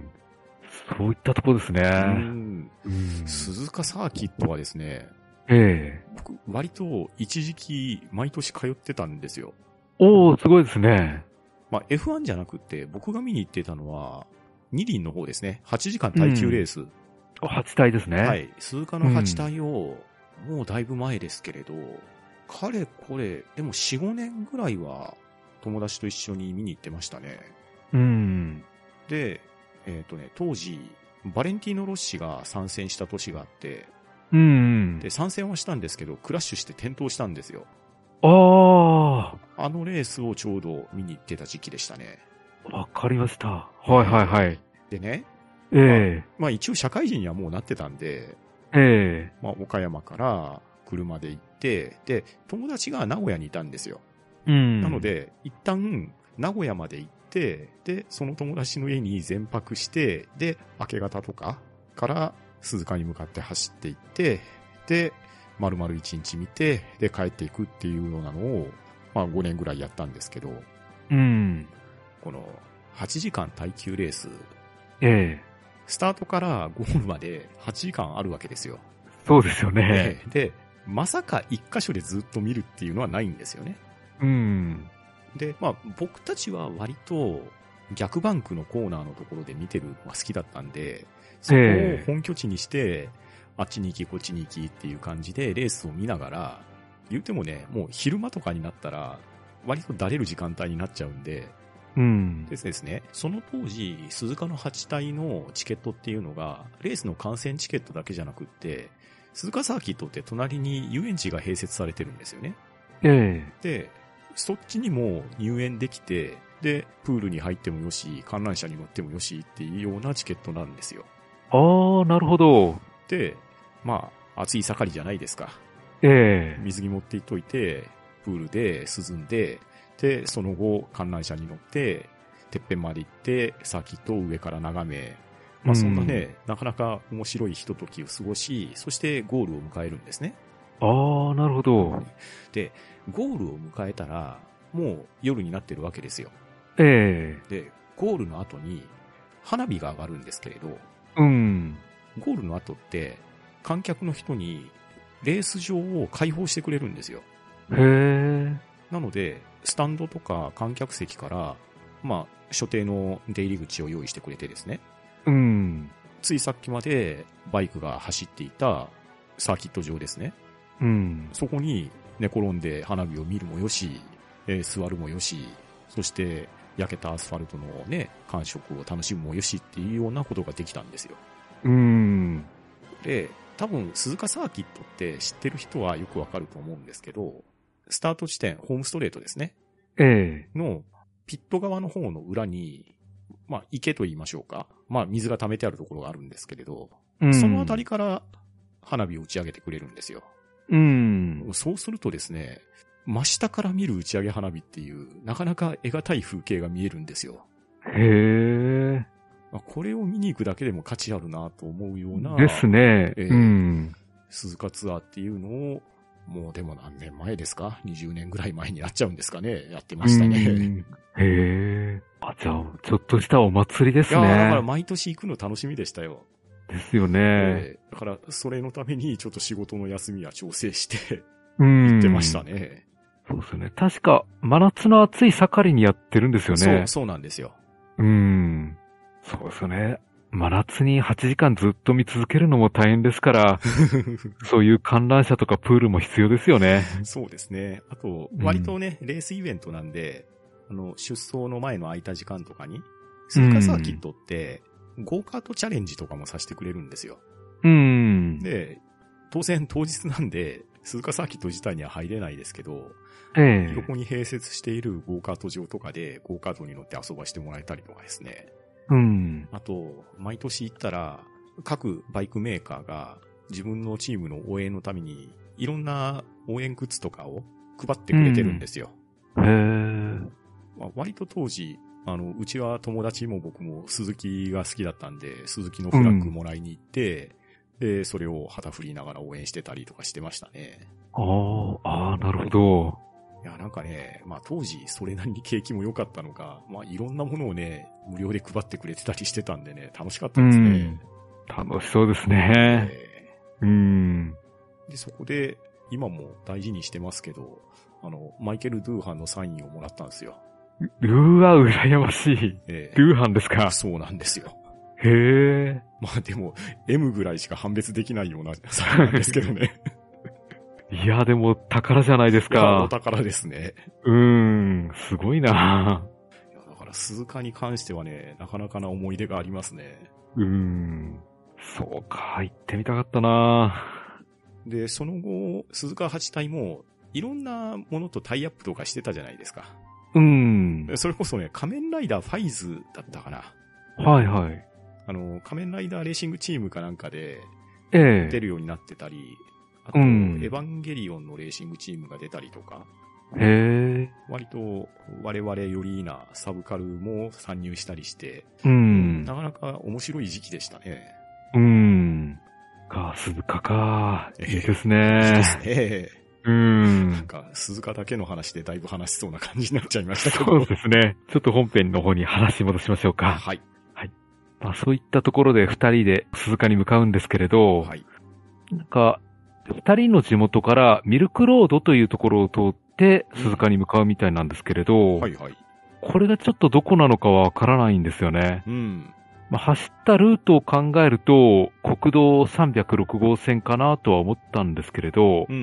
そういったとこですね。 うんうん、 鈴鹿サーキットはですね、 ええ、 僕割と一時期毎年通ってたんですよ。 おー、すごいですね。 まあ エフワン じゃなくて僕が見に行ってたのは二輪の方ですね。はちじかん耐久レース。うん、 はち体ですね。 はい。鈴鹿のはち体を、うん、もうだいぶ前ですけれど、かれこれ、でもよん、ごねんぐらいは友達と一緒に見に行ってましたね。 うん。 で、えっとね、当時、バレンティーノ・ロッシが参戦した年があって、 うん。 で、参戦はしたんですけど、クラッシュして転倒したんですよ。 ああ。あのレースをちょうど見に行ってた時期でしたね。 わかりました。はいはいはい。 でね、 ええまあ、まあ一応社会人にはもうなってたんで、 ええまあ岡山から車で行って、で、友達が名古屋にいたんですよ。 うん。 なので、一旦名古屋まで行って、で、その友達の家に全泊して、で、明け方とかから鈴鹿に向かって走っていって、で、丸々一日見て、で、帰っていくっていうようなのを、まあごねんぐらいやったんですけど、 うん。 このはちじかん耐久レース、 ええスタートからゴールまではちじかんあるわけですよ。 そうですよね。 で、まさか一箇所でずっと見るっていうのはないんですよね。 うん。 で、まあ僕たちは割と逆バンクのコーナーのところで見てるのが好きだったんで、そこを本拠地にして、あっちに行きこっちに行きっていう感じでレースを見ながら、言うてもね、もう昼間とかになったら割とだれる時間帯になっちゃうんで、 うん。 でですね、その当時、鈴鹿のはち体のチケットっていうのが、レースの観戦チケットだけじゃなくって、鈴鹿サーキットって隣に遊園地が併設されてるんですよね。 ええで、そっちにも入園できて、で、プールに入ってもよし、観覧車に乗ってもよしっていうようなチケットなんですよ。 ああ、なるほど。 で、まあ、暑い盛りじゃないですか。 ええ水着持っていっといて、プールで涼んで、で、その後、観覧車に乗って、てっぺんまで行って、サーキットを上から眺め、まあそんなね、うん、なかなか面白いひとときを過ごし、そしてゴールを迎えるんですね。 ああ、なるほど。 で、ゴールを迎えたら、もう夜になってるわけですよ。 ええで、ゴールの後に、花火が上がるんですけれど、 うん。 ゴールの後って、観客の人に、レース場を開放してくれるんですよ。 へえ。 なので、スタンドとか観客席から、まあ、所定の出入り口を用意してくれてですね。 うん。 ついさっきまでバイクが走っていたサーキット場ですね。 うん。 そこに寝転んで花火を見るもよし、えー、座るもよし、そして焼けたアスファルトのね、感触を楽しむもよしっていうようなことができたんですよ。 うん。 で、多分鈴鹿サーキットって知ってる人はよくわかると思うんですけど、スタート地点、ホームストレートですね。 ええの、ピット側の方の裏に、まあ、池と言いましょうか。まあ、水が溜めてあるところがあるんですけれど、うん、そのあたりから花火を打ち上げてくれるんですよ。 うん。 そうするとですね、真下から見る打ち上げ花火っていう、なかなか得難い風景が見えるんですよ。 へー。 これを見に行くだけでも価値あるなと思うような。 ですね。 えー、 うん。 鈴鹿ツアーっていうのを、もうでも何年前ですか ?にじゅう 年ぐらい前になっちゃうんですかね。やってましたね。 へー。あ、じゃあ、ちょっとしたお祭りですね。 いやだから毎年行くの楽しみでしたよ。 ですよね。 えー、だから、それのためにちょっと仕事の休みは調整して、行ってましたね。 そうですね。確か、真夏の暑い盛りにやってるんですよね。 そう、そうなんですよ。 うん。そうですよね。真夏にはちじかんずっと見続けるのも大変ですから、そういう観覧車とかプールも必要ですよね。 そうですね。あと、割とね、うん、レースイベントなんで、あの、出走の前の空いた時間とかに、鈴鹿サーキットって、ゴーカートチャレンジとかもさせてくれるんですよ。 うん。 で、当然当日なんで、鈴鹿サーキット自体には入れないですけど、 ええ、 横に併設しているゴーカート場とかで、ゴーカートに乗って遊ばしてもらえたりとかですね。 うん。 あと、毎年行ったら、各バイクメーカーが自分のチームの応援のために、いろんな応援グッズとかを配ってくれてるんですよ。 うん、へー。 まあ、割と当時、あの、うちは友達も僕も鈴木が好きだったんで、鈴木のフラッグもらいに行って、うん、で、それを旗振りながら応援してたりとかしてましたね。 ああ、ああ、なるほど。 いや、なんかね、まあ当時それなりに景気も良かったのか、まあいろんなものをね、無料で配ってくれてたりしてたんでね、楽しかったですね。 うん、楽しそうですね。えー、うん。 で、そこで、今も大事にしてますけど、あの、マイケル・ドゥーハンのサインをもらったんですよ。 うーわ、羨ましい。えー、ドゥーハンですか？ そうなんですよ。 へえ。 まあでも、M ぐらいしか判別できないようなサインなんですけどね。 いや、でも宝じゃないですか。 お宝ですね。 うーん、すごいな。 いやだから鈴鹿に関してはね、なかなかな思い出がありますね。 うーん、そうか、行ってみたかったな。 で、その後、鈴鹿八隊も、いろんなものとタイアップとかしてたじゃないですか。 うーん。 それこそね、仮面ライダーファイズだったかな。 はいはい。 あの、仮面ライダーレーシングチームかなんかで、 ええ、 出るようになってたり、あと、うん、エヴァンゲリオンのレーシングチームが出たりとか、 へえ。 割と我々よりなサブカルも参入したりして、 うん、 なかなか面白い時期でしたね。 うん。か、鈴鹿か。いいですね。 いいですね。 うん。 なんか、鈴鹿だけの話でだいぶ話しそうな感じになっちゃいましたけど。 そうですね。ちょっと本編の方に話戻しましょうか。 はい。 はい。まあそういったところで二人で鈴鹿に向かうんですけれど、はい。なんか、二人の地元からミルクロードというところを通って鈴鹿に向かうみたいなんですけれど、うん、 はいはい。 これがちょっとどこなのかはわからないんですよね。 うん。 まあ、走ったルートを考えると、国道さんびゃくろく号線かなとは思ったんですけれど、 うんうんうん。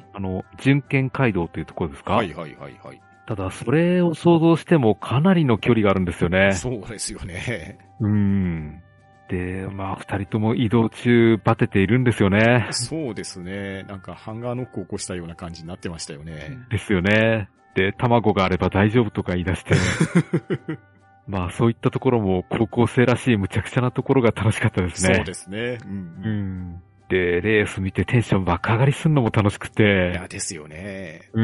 あの、純県街道というところですか？ はいはいはいはい。 ただ、それを想像してもかなりの距離があるんですよね。 そうですよね。 うーん。で、まあ、二人とも移動中バテているんですよね。 そうですね。なんかハンガーノックを起こしたような感じになってましたよね。 ですよね。で、卵があれば大丈夫とか言い出して。まあそういったところも高校生らしい無茶苦茶なところが楽しかったですね。 そうですね。うん、うん。 うん。で、レース見てテンション爆上がりするのも楽しくて。 いや、ですよね。 うん。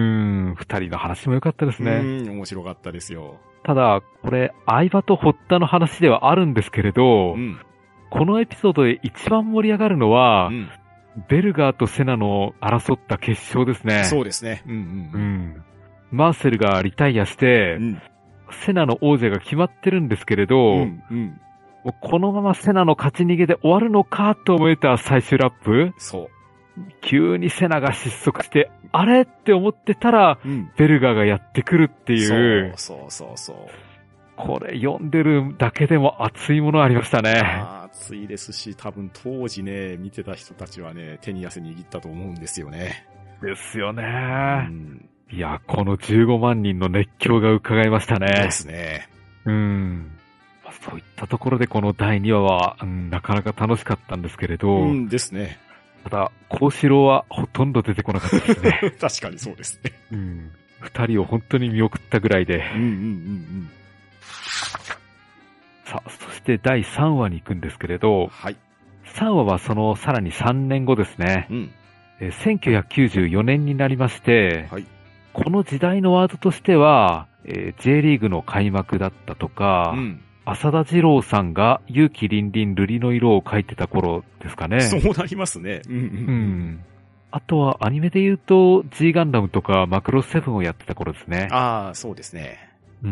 二人の話も良かったですね。 うん、面白かったですよ。 ただ、これ、相葉と堀田の話ではあるんですけれど、うん、このエピソードで一番盛り上がるのは、うん、ベルガーとセナの争った決勝ですね。 そうですね。うんうんうんうんマーセルがリタイアして、うん、セナの王者が決まってるんですけれど、うんうん、もうこのままセナの勝ち逃げで終わるのかと思えた最終ラップ。 そう。 急にセナが失速して、あれって思ってたら、うん、ベルガーがやってくるっていう。 そうそうそうそう。 これ読んでるだけでも熱いものありましたね。 熱いですし、多分当時ね、見てた人たちはね、手に汗握ったと思うんですよね。 ですよね。うんいや、このじゅうごまんにんの熱狂が伺えましたね。 ですね。 うん。まあ、そういったところでこのだいにわは、うん、なかなか楽しかったんですけれど。 うんですね。 ただ、幸四郎はほとんど出てこなかったですね。 確かにそうですね。 うん。二人を本当に見送ったぐらいで。 うんうんうんうん。 さあ、そしてだいさんわに行くんですけれど。 はい。 さんわはそのさらにさんねんごですね。 うん。 えー、せんきゅうひゃくきゅうじゅうよねんになりまして、 はい、 この時代のワードとしては、えー、J リーグの開幕だったとか、うん、浅田次郎さんが勇気凛々瑠璃の色を描いてた頃ですかね。 そうなりますね。うんうんうん、 あとはアニメで言うと G ガンダムとかマクロスセブンをやってた頃ですね。 ああ、そうですね。 うん。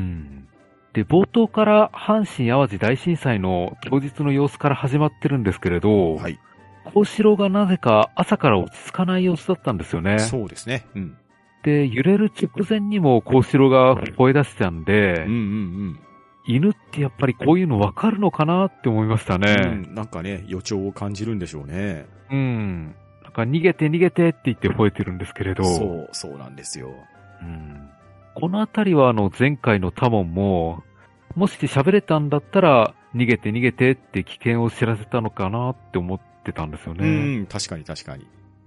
で、冒頭から阪神淡路大震災の当日の様子から始まってるんですけれど、はい。幸四郎がなぜか朝から落ち着かない様子だったんですよね。 そうですね。うん。 で、揺れる直前にも幸四郎が吠え出してたんで、 うんうんうん。 犬ってやっぱりこういうの分かるのかなって思いましたね。 うん、なんかね、予兆を感じるんでしょうね。 うん。なんか逃げて逃げてって言って吠えてるんですけれど。 そう、そうなんですよ。 うん。このあたりはあの前回のタモンも、もし喋れたんだったら逃げて逃げてって危険を知らせたのかなって思ってたんですよね。 うん、確かに確かに。 うん。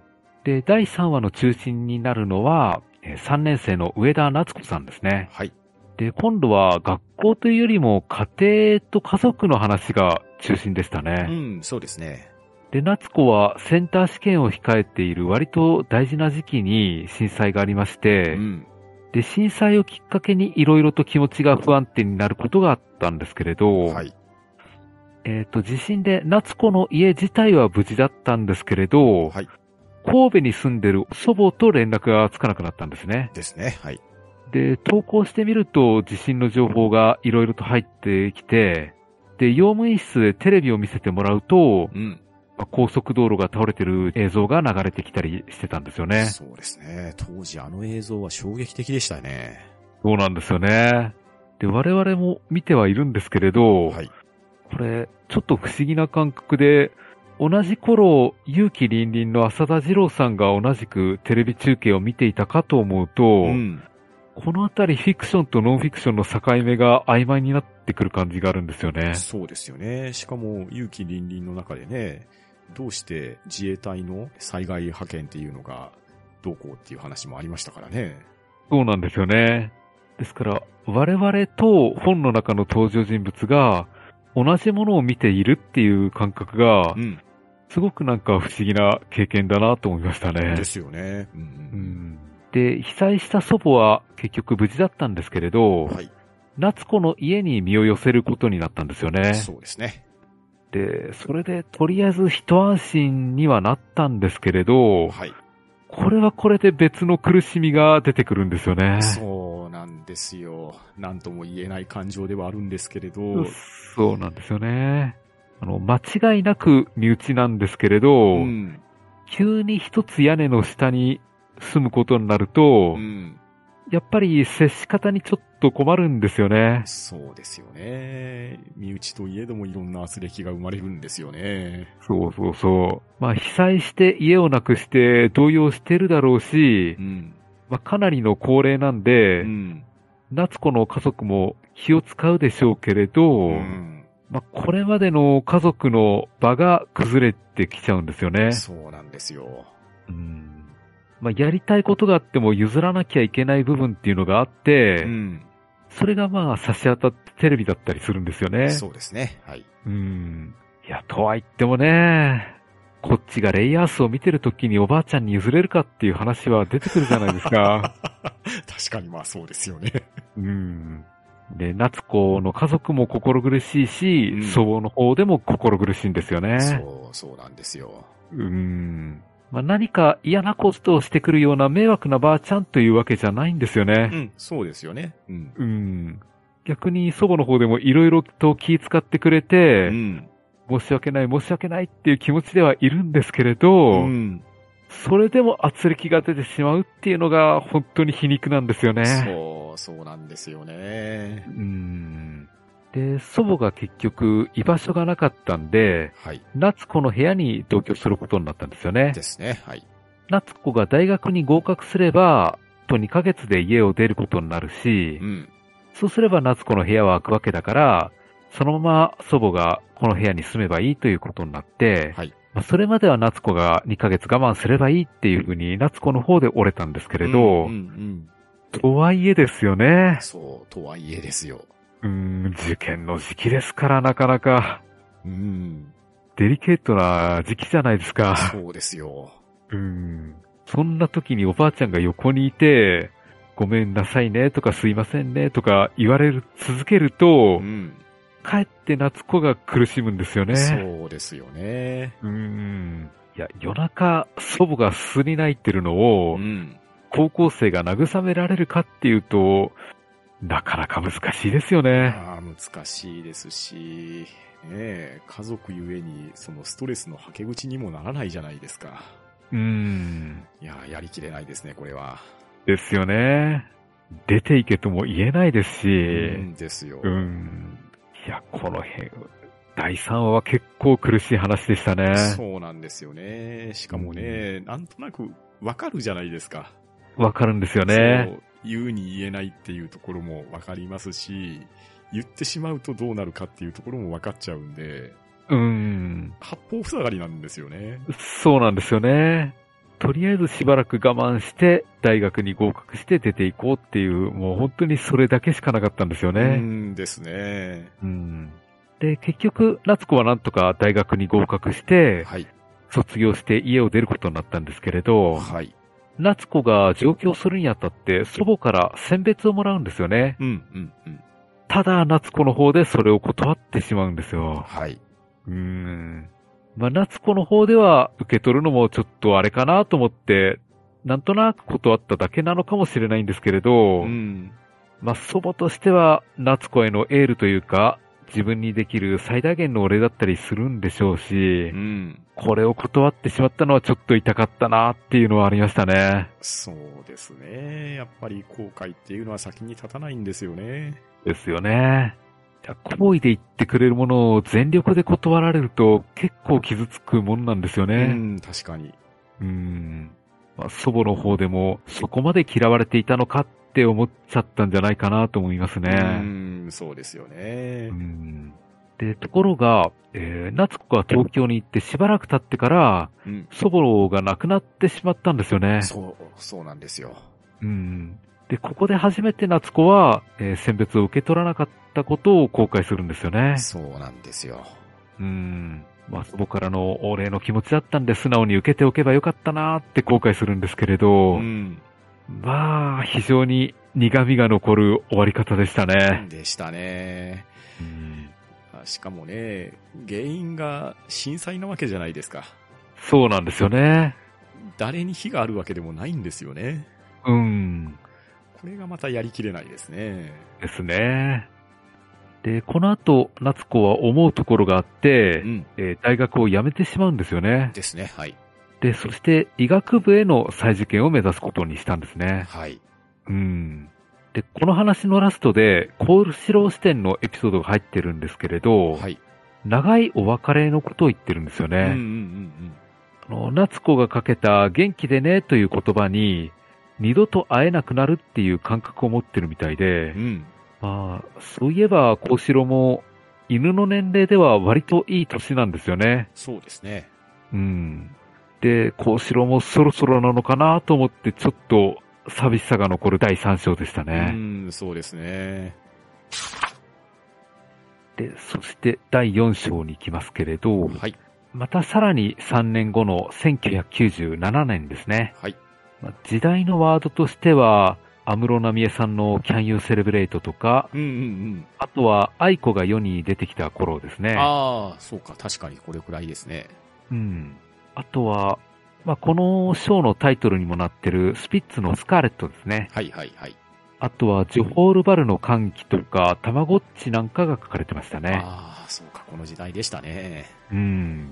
で、だいさんわの中心になるのは、さんねん生の上田夏子さんですね。 はい。 で、今度は学校というよりも家庭と家族の話が中心でしたね。 うん、そうですね。 で、夏子はセンター試験を控えている割と大事な時期に震災がありまして、うん、で、震災をきっかけにいろいろと気持ちが不安定になることがあったんですけれど、はい。えっと、地震で夏子の家自体は無事だったんですけれど、はい。神戸に住んでる祖母と連絡がつかなくなったんですね。 ですね、はい。 で、投稿してみると地震の情報がいろいろと入ってきて、で、用務員室でテレビを見せてもらうと、うん、まあ、高速道路が倒れてる映像が流れてきたりしてたんですよね。 そうですね。当時あの映像は衝撃的でしたね。 そうなんですよね。で、我々も見てはいるんですけれど、はい、これ、ちょっと不思議な感覚で、同じ頃、勇気凛々の浅田次郎さんが同じくテレビ中継を見ていたかと思うと、うん、このあたりフィクションとノンフィクションの境目が曖昧になってくる感じがあるんですよね。 そうですよね。しかも勇気凛々の中でね、どうして自衛隊の災害派遣っていうのがどうこうっていう話もありましたからね。 そうなんですよね。ですから我々と本の中の登場人物が同じものを見ているっていう感覚が、うん、すごくなんか不思議な経験だなと思いましたね。 ですよね。うんうんうんで、被災した祖母は結局無事だったんですけれど、はい、夏子の家に身を寄せることになったんですよね。 そうですね。 で、それでとりあえず一安心にはなったんですけれど、はい、これはこれで別の苦しみが出てくるんですよね。 そうなんですよ。なんとも言えない感情ではあるんですけれど。 そうなんですよね。あの、間違いなく身内なんですけれど、うん、急に一つ屋根の下に住むことになると、うん、やっぱり接し方にちょっと困るんですよね。 そうですよね。身内といえどもいろんな圧力が生まれるんですよね。 そうそうそう。まあ被災して家をなくして動揺してるだろうし、うん、まあかなりの高齢なんで、うん、夏子の家族も気を使うでしょうけれど、うん、まあこれまでの家族の場が崩れてきちゃうんですよね。 そうなんですよ。 うんまあ、やりたいことがあっても譲らなきゃいけない部分っていうのがあって、うん、それがまあ差し当たってテレビだったりするんですよね。 そうですね。はい。 うん。いや、とは言ってもね、こっちがレイアースを見てるときにおばあちゃんに譲れるかっていう話は出てくるじゃないですか。 確かにまあそうですよね。 うん。で、夏子の家族も心苦しいし、うん、祖母の方でも心苦しいんですよね。 そう、そうなんですよ。 うん。まあ、何か嫌なことをしてくるような迷惑なばあちゃんというわけじゃないんですよね。 うん、そうですよね。うん。 うん。逆に祖母の方でもいろいろと気遣ってくれて、うん、申し訳ない申し訳ないっていう気持ちではいるんですけれど、うん、それでも圧力が出てしまうっていうのが本当に皮肉なんですよね。 そう、そうなんですよね。 うん。で、祖母が結局居場所がなかったんで、はい、夏子の部屋に同居することになったんですよね。 ですね。はい。 夏子が大学に合格すれば、とにかげつで家を出ることになるし、うん、そうすれば夏子の部屋は空くわけだから、そのまま祖母がこの部屋に住めばいいということになって、はい、まあ、それまでは夏子がにかげつ我慢すればいいっていうふうに夏子の方で折れたんですけれど、うんうんうん、とはいえですよね。 そう、とはいえですよ。 うーん、受験の時期ですからなかなか。 うん。 デリケートな時期じゃないですか。 そうですよ。 うん。そんな時におばあちゃんが横にいて、ごめんなさいねとかすいませんねとか言われる、続けると、うん、かえって夏子が苦しむんですよね。 そうですよね。 うん。いや、夜中祖母がすすり泣いてるのを、うん、高校生が慰められるかっていうと、なかなか難しいですよね。 ああ、難しいですし、ねえ、家族ゆえにそのストレスのはけ口にもならないじゃないですか。 うーん。 いや、やりきれないですね、これは。 ですよね。出ていけとも言えないですし。 うんですよ。 うん。いや、この辺、だいさんわは結構苦しい話でしたね。 そうなんですよね。しかもね、うん、なんとなくわかるじゃないですか。 わかるんですよね。 そう、言うに言えないっていうところもわかりますし、言ってしまうとどうなるかっていうところもわかっちゃうんで、 うん。 八方塞がりなんですよね。 そうなんですよね。とりあえずしばらく我慢して、大学に合格して出ていこうっていう、もう本当にそれだけしかなかったんですよね。 うんですね。 うん。で、結局、夏子はなんとか大学に合格して、はい、卒業して家を出ることになったんですけれど、はい、夏子が上京するにあたって祖母から選別をもらうんですよね。 うんうんうん。 ただ、夏子の方でそれを断ってしまうんですよ。 はい。 うーん。まあ、夏子の方では受け取るのもちょっとあれかなと思って、なんとなく断っただけなのかもしれないんですけれど、うん、まあ、祖母としては夏子へのエールというか、自分にできる最大限のお礼だったりするんでしょうし、うん、これを断ってしまったのはちょっと痛かったなっていうのはありましたね。 そうですね。やっぱり後悔っていうのは先に立たないんですよね。 ですよね。好意で言ってくれるものを全力で断られると結構傷つくもんなんですよね。 うん、確かに。 うん。まあ、祖母の方でもそこまで嫌われていたのかって思っちゃったんじゃないかなと思いますね。 うん、そうですよね。 うん。で、ところが、えー、夏子が東京に行ってしばらく経ってから、うん、祖母が亡くなってしまったんですよね。 そう、そうなんですよ。 うん。で、ここで初めて夏子は、えー、選別を受け取らなかったことを後悔するんですよね。 そうなんですよ。 うーん。まあ、祖母からのお礼の気持ちだったんで素直に受けておけばよかったなーって後悔するんですけれど、うん、まあ、非常に苦味が残る終わり方でしたね。 でしたね。うん、しかもね、原因が震災なわけじゃないですか。 そうなんですよね。 誰に非があるわけでもないんですよね。 うん。 これがまたやりきれないですね。 ですね。で、この後、夏子は思うところがあって、うんえー、大学を辞めてしまうんですよね。 ですね、はい。 で、そして医学部への再受験を目指すことにしたんですね。 はい。 うん。で、この話のラストで、幸四郎視点のエピソードが入ってるんですけれど、はい。長いお別れのことを言ってるんですよね。うんうんうんうん。あの、夏子がかけた元気でねという言葉に、二度と会えなくなるっていう感覚を持ってるみたいで、うん、まあ、そういえば、幸四郎も、犬の年齢では割といい年なんですよね。 そうですね。 うん。で、幸四郎もそろそろなのかなと思って、ちょっと寂しさが残るだいさん章でしたね。 うん、そうですね。 で、そしてだいよん章に行きますけれど、 はい。 またさらにさんねんごのせんきゅうひゃくきゅうじゅうななねんですね。 はい。 時代のワードとしては、安室奈美恵さんの Can You Celebrate とか、 うんうんうん、 あとは愛子が世に出てきた頃ですね。 ああ、そうか、確かにこれくらいですね。 うん。あとは、まあ、この章のタイトルにもなってるスピッツのスカーレットですね。 はいはいはい。 あとはジョホールバルの歓喜とか、たまごっちなんかが書かれてましたね。 ああ、そうか、この時代でしたね。 うん。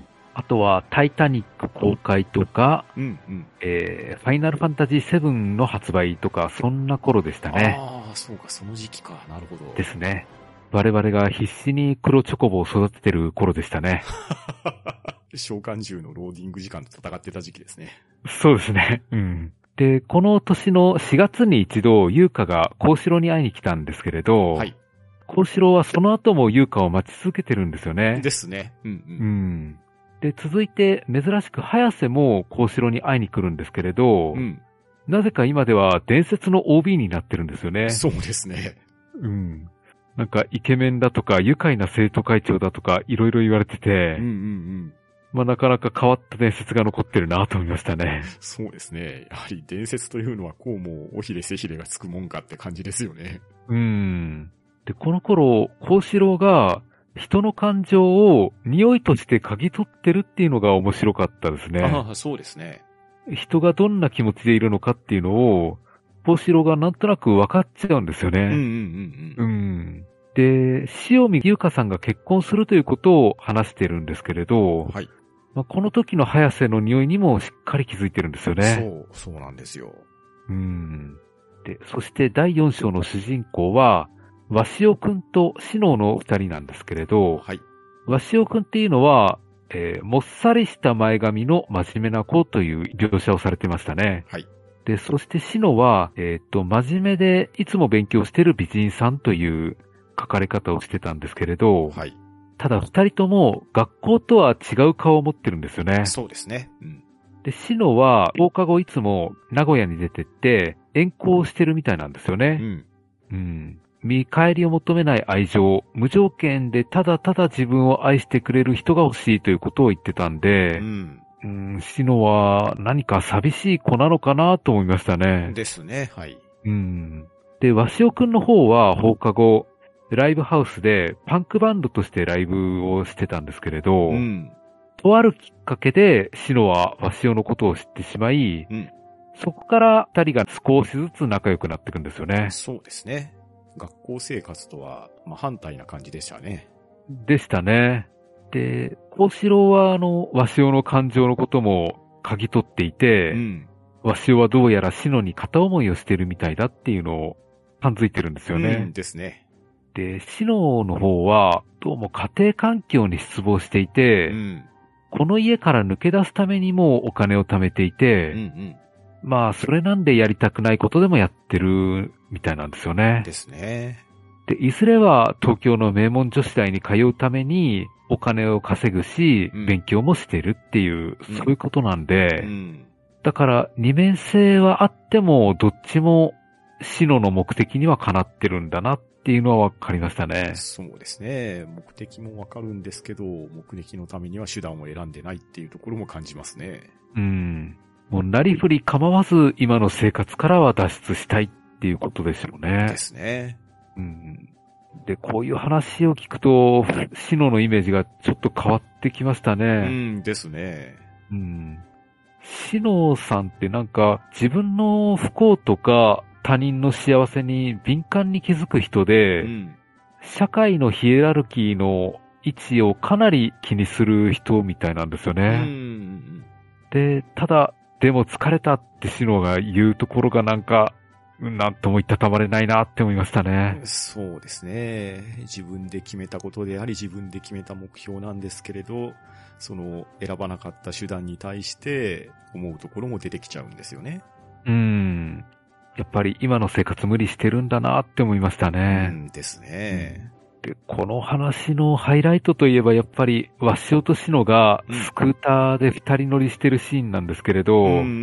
あとは、タイタニック公開とか、 うんうんえー、ファイナルファンタジーセブンの発売とか、そんな頃でしたね。 ああ、そうか、その時期か。なるほど。 ですね。我々が必死に黒チョコボを育ててる頃でしたね。 召喚獣のローディング時間と戦ってた時期ですね。 そうですね。うん。で、この年のしがつに一度、優香が幸四郎に会いに来たんですけれど、はい。幸四郎はその後も優香を待ち続けてるんですよね。 ですね。うんうん。 うんで、続いて、珍しく早瀬も幸四郎に会いに来るんですけれど、うん、なぜか今では伝説の オービー になってるんですよね。 そうですね。 うん。なんかイケメンだとか、愉快な生徒会長だとか、いろいろ言われてて、 うんうんうん。 まあなかなか変わった伝説が残ってるなと思いましたね。 そうですね。やはり伝説というのはこうも尾ひれ背ひれがつくもんかって感じですよね。 うーん。で、この頃、幸四郎が人の感情を匂いとして嗅ぎ取ってるっていうのが面白かったですね。 ああ、そうですね。 人がどんな気持ちでいるのかっていうのを、幸四郎がなんとなく分かっちゃうんですよね。うんうんうんうん。 うん。で、塩見優香さんが結婚するということを話してるんですけれど、 はい。 まあ、この時の早瀬の匂いにもしっかり気づいてるんですよね。 そう、そうなんですよ。 うん。で、そしてだいよん章の主人公は、鷲尾くんと志乃の二人なんですけれど、 はい。 鷲尾くんっていうのは、えー、もっさりした前髪の真面目な子という描写をされてましたね。 はい。 で、そして志乃は、えっと、真面目でいつも勉強してる美人さんという書かれ方をしてたんですけれど、 はい。 ただ二人とも学校とは違う顔を持ってるんですよね。 そうですね。うん。 で、志乃は放課後いつも名古屋に出てって遠行してるみたいなんですよね。 うん。 うん。見返りを求めない愛情、無条件でただただ自分を愛してくれる人が欲しいということを言ってたんで、 うん。 うん、志乃は何か寂しい子なのかなと思いましたね。 ですね。はい。 うん。で、鷲尾くんの方は放課後、ライブハウスでパンクバンドとしてライブをしてたんですけれど、 うん。 とあるきっかけで志乃は鷲尾のことを知ってしまい、 うん。 そこから二人が少しずつ仲良くなっていくんですよね。 そうですね。学校生活とは、まあ、反対な感じでしたね。 でしたね。で、幸四郎はあの、鷲尾の感情のことも嗅ぎ取っていて、うん、鷲尾はどうやら志乃に片思いをしてるみたいだっていうのを感づいてるんですよね。 うんですね。 で、志乃の方は、どうも家庭環境に失望していて、うん、この家から抜け出すためにもお金を貯めていて、うんうん、まあ、それなんでやりたくないことでもやってるみたいなんですよね。 ですね。 で、いずれは東京の名門女子大に通うためにお金を稼ぐし、うん、勉強もしてるっていう、うん、そういうことなんで、うん、だから二面性はあっても、どっちも志乃の目的にはかなってるんだなっていうのはわかりましたね。 そうですね。目的もわかるんですけど、目的のためには手段を選んでないっていうところも感じますね。 うん。もうなりふり構わず今の生活からは脱出したいっていうことでしょうね。 ですね。 うん。で、こういう話を聞くと、志乃のイメージがちょっと変わってきましたね。 うんですね。 うん。志乃さんってなんか自分の不幸とか他人の幸せに敏感に気づく人で、うん、社会のヒエラルキーの位置をかなり気にする人みたいなんですよね。うん、で、ただ、でも疲れたって志乃が言うところがなんか、なんともいたたまれないなって思いましたね。 そうですね。自分で決めたことであり自分で決めた目標なんですけれど、その選ばなかった手段に対して思うところも出てきちゃうんですよね。 うーん。やっぱり今の生活無理してるんだなって思いましたね。 うんですね。 で、この話のハイライトといえばやっぱり鷲尾と志乃がスクーターで二人乗りしてるシーンなんですけれど、うんうんうんうん、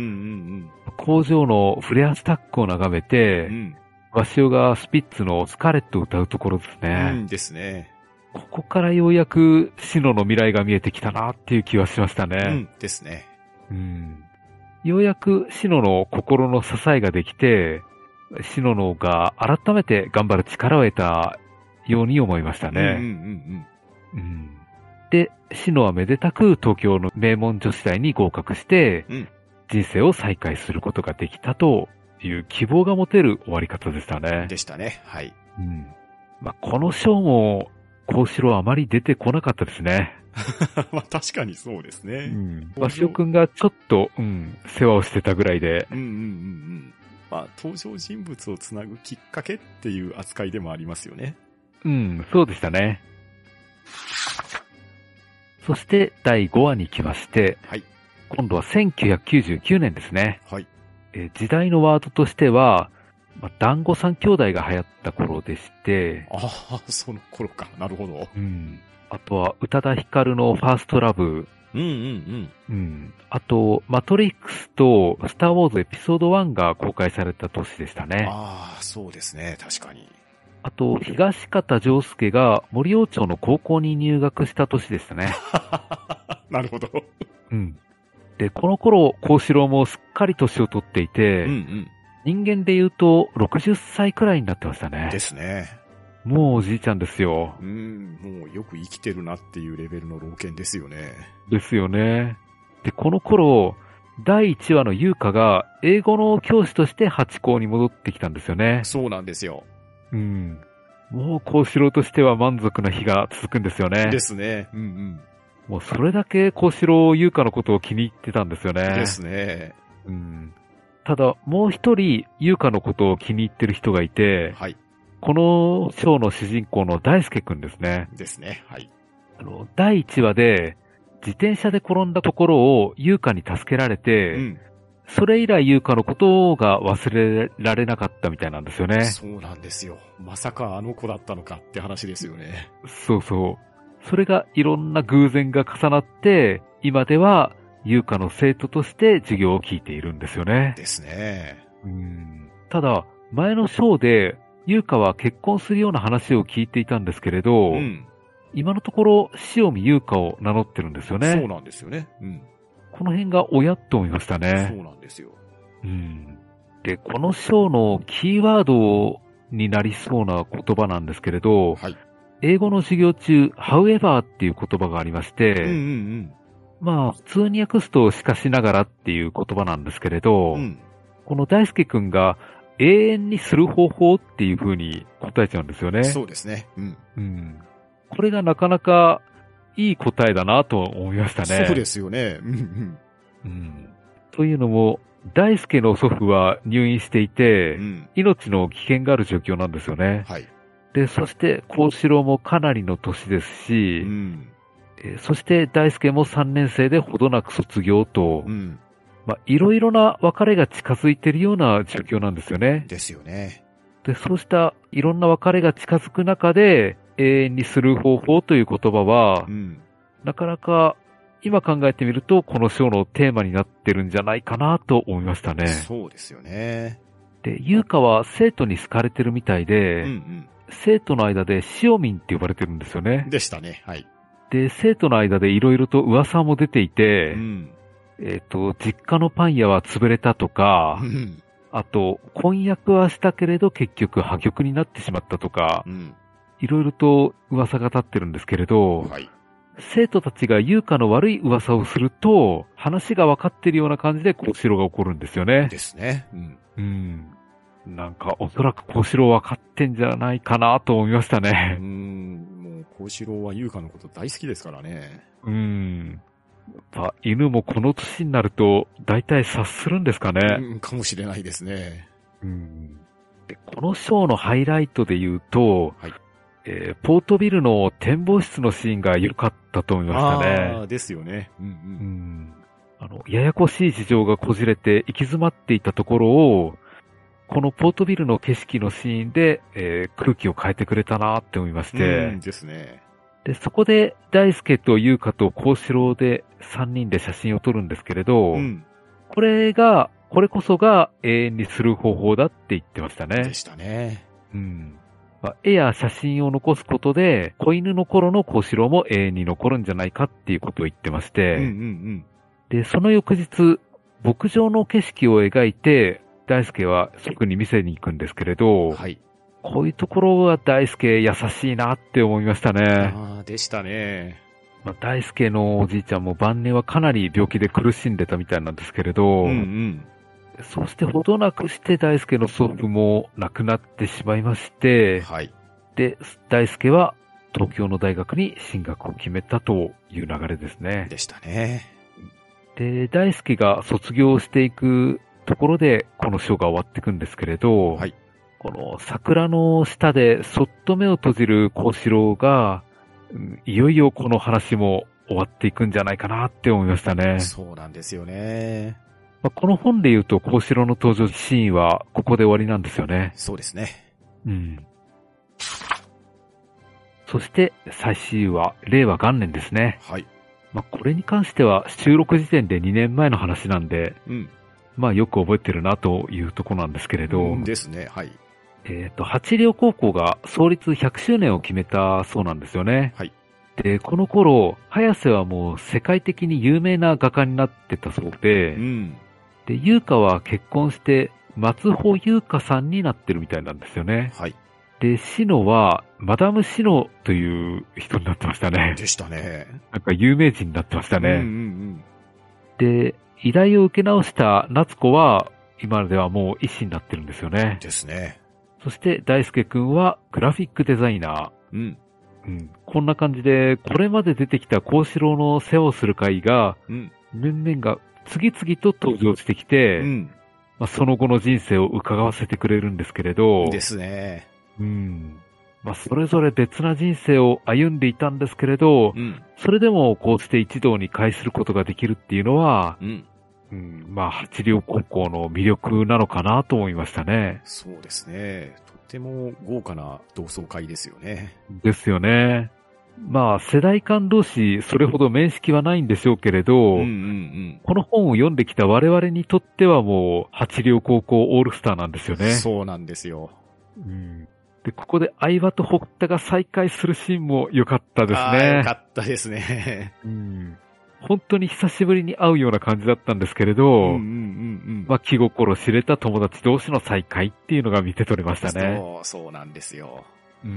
工場のフレアスタックを眺めて、うん、鷲尾がスピッツのスカーレットを歌うところですね。 うんですね。 ここからようやく志乃の未来が見えてきたなっていう気はしましたね。 うんですね。 うん、ようやく志乃の心の支えができて、志乃のが改めて頑張る力を得たように思いましたね。うんうんうんうん、で、志乃はめでたく東京の名門女子大に合格して、うん、人生を再開することができたという希望が持てる終わり方でしたね。 でしたね。はい。 うん、まあ、この章も幸四郎あまり出てこなかったですね。 まあ確かにそうですね。うん。 鷲尾くんがちょっと、うん、世話をしてたぐらいで。 うんうんうんうん。まあ登場人物をつなぐきっかけっていう扱いでもありますよね。 うん、そうでしたね。そしてだいごわに来まして、はい、今度はせんきゅうひゃくきゅうじゅうきゅうねんですね。はい、え時代のワードとしては、まあ、団子三兄弟が流行った頃でして、 ああ、その頃か。なるほど。 うん。あとは宇多田ヒカルのファーストラブ。 うんうんうん。 うん。あと、マトリックスとスターウォーズエピソードワンが公開された年でしたね。 ああ、そうですね。確かに。 あと、東方丈介が森王町の高校に入学した年でしたね。 なるほど。 うん。で、この頃、幸四郎もすっかり年を取っていて、うんうん、人間で言うとろくじゅっさいくらいになってましたね。 ですね。 もうおじいちゃんですよ。 うん、もうよく生きてるなっていうレベルの老犬ですよね。 ですよね。で、この頃、だいいちわの優香が英語の教師として八校に戻ってきたんですよね。 そうなんですよ。 うん。もう幸四郎としては満足な日が続くんですよね。 ですね。うんうん。 もうそれだけ幸四郎優香のことを気に入ってたんですよね。 ですね。 うん。ただ、もう一人優香のことを気に入ってる人がいて、はい。この章の主人公の大輔くんですね。 ですね。はい。 あの、だいいちわで、自転車で転んだところを優香に助けられて、うん、それ以来優香のことが忘れられなかったみたいなんですよね。 そうなんですよ。まさかあの子だったのかって話ですよね。 そうそう。それがいろんな偶然が重なって、今では優香の生徒として授業を聞いているんですよね。 ですね。 うん。ただ、前の章で優香は結婚するような話を聞いていたんですけれど、うん、今のところ塩見優香を名乗ってるんですよね。 そうなんですよね。うん。 この辺が親と思いましたね。 そうなんですよ。 うん。で、この章のキーワードになりそうな言葉なんですけれど、はい、英語の授業中、however っていう言葉がありまして、うんうんうん、まあ、普通に訳すとしかしながらっていう言葉なんですけれど、うん、この大輔くんが永遠にする方法っていう風に答えちゃうんですよね。 そうですね。うん。 うん。これがなかなかいい答えだなと思いましたね。 そうですよね。うんうん。 うん。というのも、大輔の祖父は入院していて、うん、命の危険がある状況なんですよね。はい。で、そして幸四郎もかなりの年ですし、うん、えそして大輔もさんねん生でほどなく卒業と、うん、まあ、いろいろな別れが近づいているような状況なんですよね。 ですよね。 で、そうしたいろんな別れが近づく中で、永遠にする方法という言葉は、うん、なかなか今考えてみるとこの章のテーマになってるんじゃないかなと思いましたね。 そうですよね。 で、優香は生徒に好かれてるみたいで、うんうん、生徒の間で塩民って呼ばれてるんですよね。 でしたね。はい。 で、生徒の間でいろいろと噂も出ていて、うん、えっと、実家のパン屋は潰れたとか、うん、あと、婚約はしたけれど結局破局になってしまったとか、うんいろいろと噂が立ってるんですけれど、はい、生徒たちが優香の悪い噂をすると、話が分かっているような感じで幸四郎が起こるんですよね。 ですね。うん。 うん。なんか、おそらく幸四郎分かってんじゃないかなと思いましたね。 うん。もう、幸四郎は優香のこと大好きですからね。 うん。やっぱ、犬もこの年になると、大体察するんですかね。 うん、かもしれないですね。 うん。で、このショーのハイライトで言うと、はいえー、ポートビルの展望室のシーンが良かったと思いましたね。 ああ、ですよね。うんうん。うん、 あの、ややこしい事情がこじれて行き詰まっていたところを、このポートビルの景色のシーンで、えー、空気を変えてくれたなって思いまして。 うんですね。 で、そこで大輔と優香と幸四郎でさんにんで写真を撮るんですけれど、うん、これが、これこそが永遠にする方法だって言ってましたね。 でしたね。 うん。絵や写真を残すことで、子犬の頃の幸四郎も永遠に残るんじゃないかっていうことを言ってまして、うんうんうん、で、その翌日、牧場の景色を描いて、大輔は即に見せに行くんですけれど、はい、こういうところは大輔優しいなって思いましたね。 ああ、でしたね。 まあ、大輔のおじいちゃんも晩年はかなり病気で苦しんでたみたいなんですけれど、うんうんそしてほどなくして大輔の祖父も亡くなってしまいまして、はい、で、大輔は東京の大学に進学を決めたという流れですね。 でしたね。 で、大輔が卒業していくところでこの章が終わっていくんですけれど、はい、この桜の下でそっと目を閉じる幸四郎が、うん、いよいよこの話も終わっていくんじゃないかなって思いましたね。 そうなんですよね。 この本で言うと、幸四郎の登場シーンはここで終わりなんですよね。 そうですね。 うん。そして、最終話、令和元年ですね。はい。まあ、これに関しては、収録時点でにねんまえの話なんで、うん。まあ、よく覚えてるなというところなんですけれど。 うんですね、はい。 えっと、八稜高校が創立ひゃくしゅうねんを決めたそうなんですよね。はい。 で、この頃、早瀬はもう世界的に有名な画家になってたそうで、うん、で、優香は結婚して、松穂優香さんになってるみたいなんですよね。はい。で、シノは、マダムシノという人になってましたね。 でしたね。 なんか有名人になってましたね。うんうんうん、で、依頼を受け直した夏子は、今ではもう医師になってるんですよね。 ですね。 そして大輔くんはグラフィックデザイナー。うん。うん。こんな感じで、これまで出てきた幸四郎の世話をする会が、うん。面々が次々と登場してきて、うん。まあ、その後の人生を伺わせてくれるんですけれど。 ですね。 うん。まあ、それぞれ別な人生を歩んでいたんですけれど、うん。それでもこうして一堂に会することができるっていうのは、うん。うん、まあ、八稜高校の魅力なのかなと思いましたね。 そうですね。とっても豪華な同窓会ですよね。 ですよね。まあ、世代間同士、それほど面識はないんでしょうけれど、うんうんうん、この本を読んできた我々にとってはもう、八稜高校オールスターなんですよね。 そうなんですよ。 うん、で、ここで相葉と堀田が再会するシーンも良かったですね。ああ、 良かったですね。 うん本当に久しぶりに会うような感じだったんですけれど、うんうんうんうん、まあ気心知れた友達同士の再会っていうのが見て取れましたね。 そう、そうなんですよ。 うん。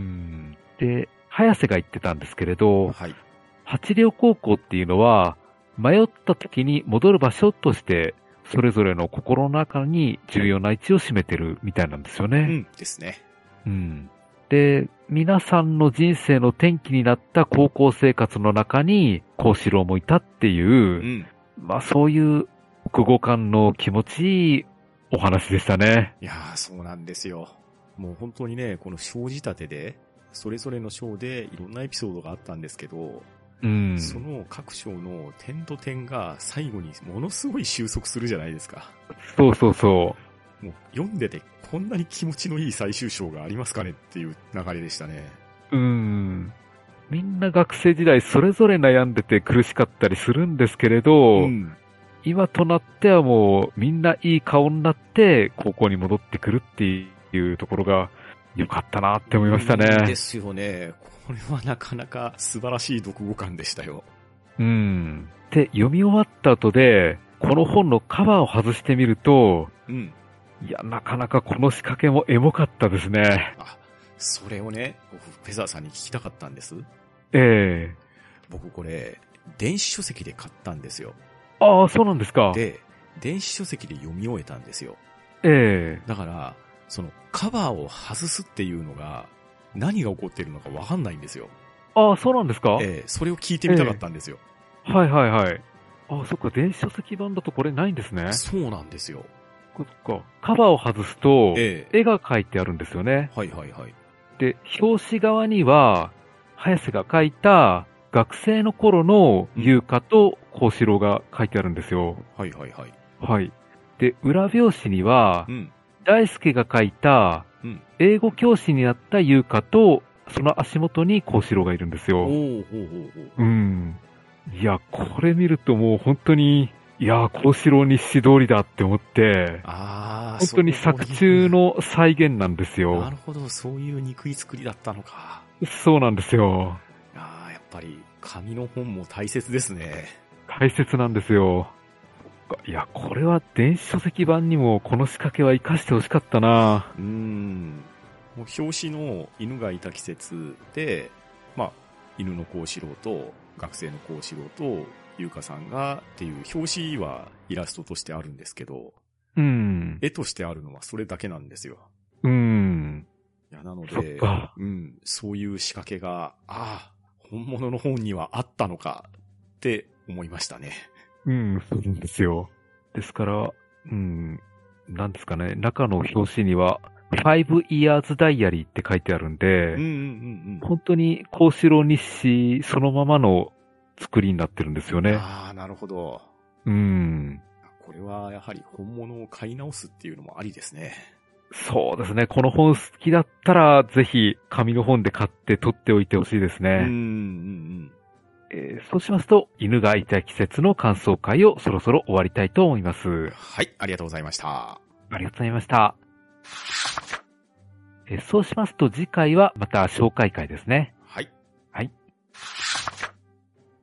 で、早瀬が言ってたんですけれど、はい、八稜高校っていうのは、迷った時に戻る場所として、それぞれの心の中に重要な位置を占めてるみたいなんですよね。 うんですね。 うん。で、皆さんの人生の転機になった高校生活の中に、幸四郎もいたっていう、うん、まあそういう国語感の気持ちいいお話でしたね。 いやー、そうなんですよ。もう本当にね、この章仕立てで、それぞれの章でいろんなエピソードがあったんですけど、うん、その各章の点と点が最後にものすごい収束するじゃないですか。 そうそうそう。 もう読んでてこんなに気持ちのいい最終章がありますかねっていう流れでしたね。 うーん。みんな学生時代それぞれ悩んでて苦しかったりするんですけれど、うん、今となってはもうみんないい顔になって高校に戻ってくるっていうところが良かったなって思いましたね。 うん、ですよね。これはなかなか素晴らしい読後感でしたよ。 うん。で、読み終わった後で、この本のカバーを外してみると、うん。いや、なかなかこの仕掛けもエモかったですね。 あ、それをね、フェザーさんに聞きたかったんです。 ええー、 僕これ、電子書籍で買ったんですよ。 ああ、そうなんですか。 で、電子書籍で読み終えたんですよ。 ええー。 だから、そのカバーを外すっていうのが、何が起こっているのかわかんないんですよ。 ああ、そうなんですか。 ええー、それを聞いてみたかったんですよ。 えー、はいはいはい。ああ、そっか、電子書籍版だとこれないんですね。 そうなんですよ。 そっか。カバーを外すと、ええ、絵が描いてあるんですよね。 はいはいはい。 で、表紙側には、早瀬が描いた学生の頃の優香と幸四郎が描いてあるんですよ。 はいはいはい。 はい。で、裏表紙には、うん、大輔が描いた、英語教師になった優香と、その足元に幸四郎がいるんですよ。おーほうほうほう。うん。いや、これ見るともう本当に、いやー、幸四郎日誌通りだって思って、あ本当に作中の再現なんですよ。 なるほど、そういう憎い作りだったのか。 そうなんですよ。 いやー、やっぱり紙の本も大切ですね。 大切なんですよ。いや、これは電子書籍版にもこの仕掛けは活かしてほしかったな。 うーん。もう表紙の犬がいた季節で、まあ、犬の幸四郎と学生の幸四郎と優香さんがっていう表紙はイラストとしてあるんですけど、うん。絵としてあるのはそれだけなんですよ。 うん。 いや、なので、うん、そういう仕掛けが、ああ、本物の本にはあったのかって思いましたね。 うん、そうなんですよ。ですから、うん、なんですかね、中の表紙には、Five Years Diary って書いてあるんで、うんうんうんうん、本当に幸四郎日誌そのままの作りになってるんですよね。 ああ、なるほど。 うん。 これはやはり本物を買い直すっていうのもありですね。 そうですね。この本好きだったら、ぜひ紙の本で買って取っておいてほしいですね。うんうんうんえー、そうしますと、犬がいた季節の感想会をそろそろ終わりたいと思います。 はい、ありがとうございました。 ありがとうございました。えー、そうしますと次回はまた紹介会ですね。 はい。 はい。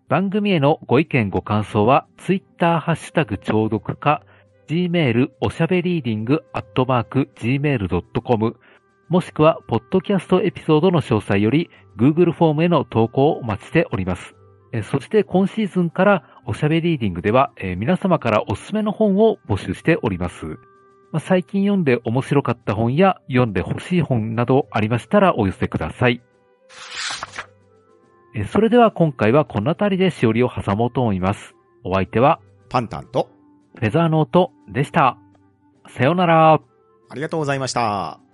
番組へのご意見ご感想は、ツイッターハッシュタグ聴読か、Gmail おしゃべりーディングアットマーク ジーメールドットコム、もしくは、ポッドキャストエピソードの詳細より、Google フォームへの投稿をお待ちしております。えそして、今シーズンから、おしゃべりーディングでは、えー、皆様からおすすめの本を募集しております。まあ、最近読んで面白かった本や、読んで欲しい本などありましたらお寄せください。えそれでは今回はこのあたりでしおりを挟もうと思います。お相手は、 パンタンと、 フェザーノートでした。さようなら。 ありがとうございました。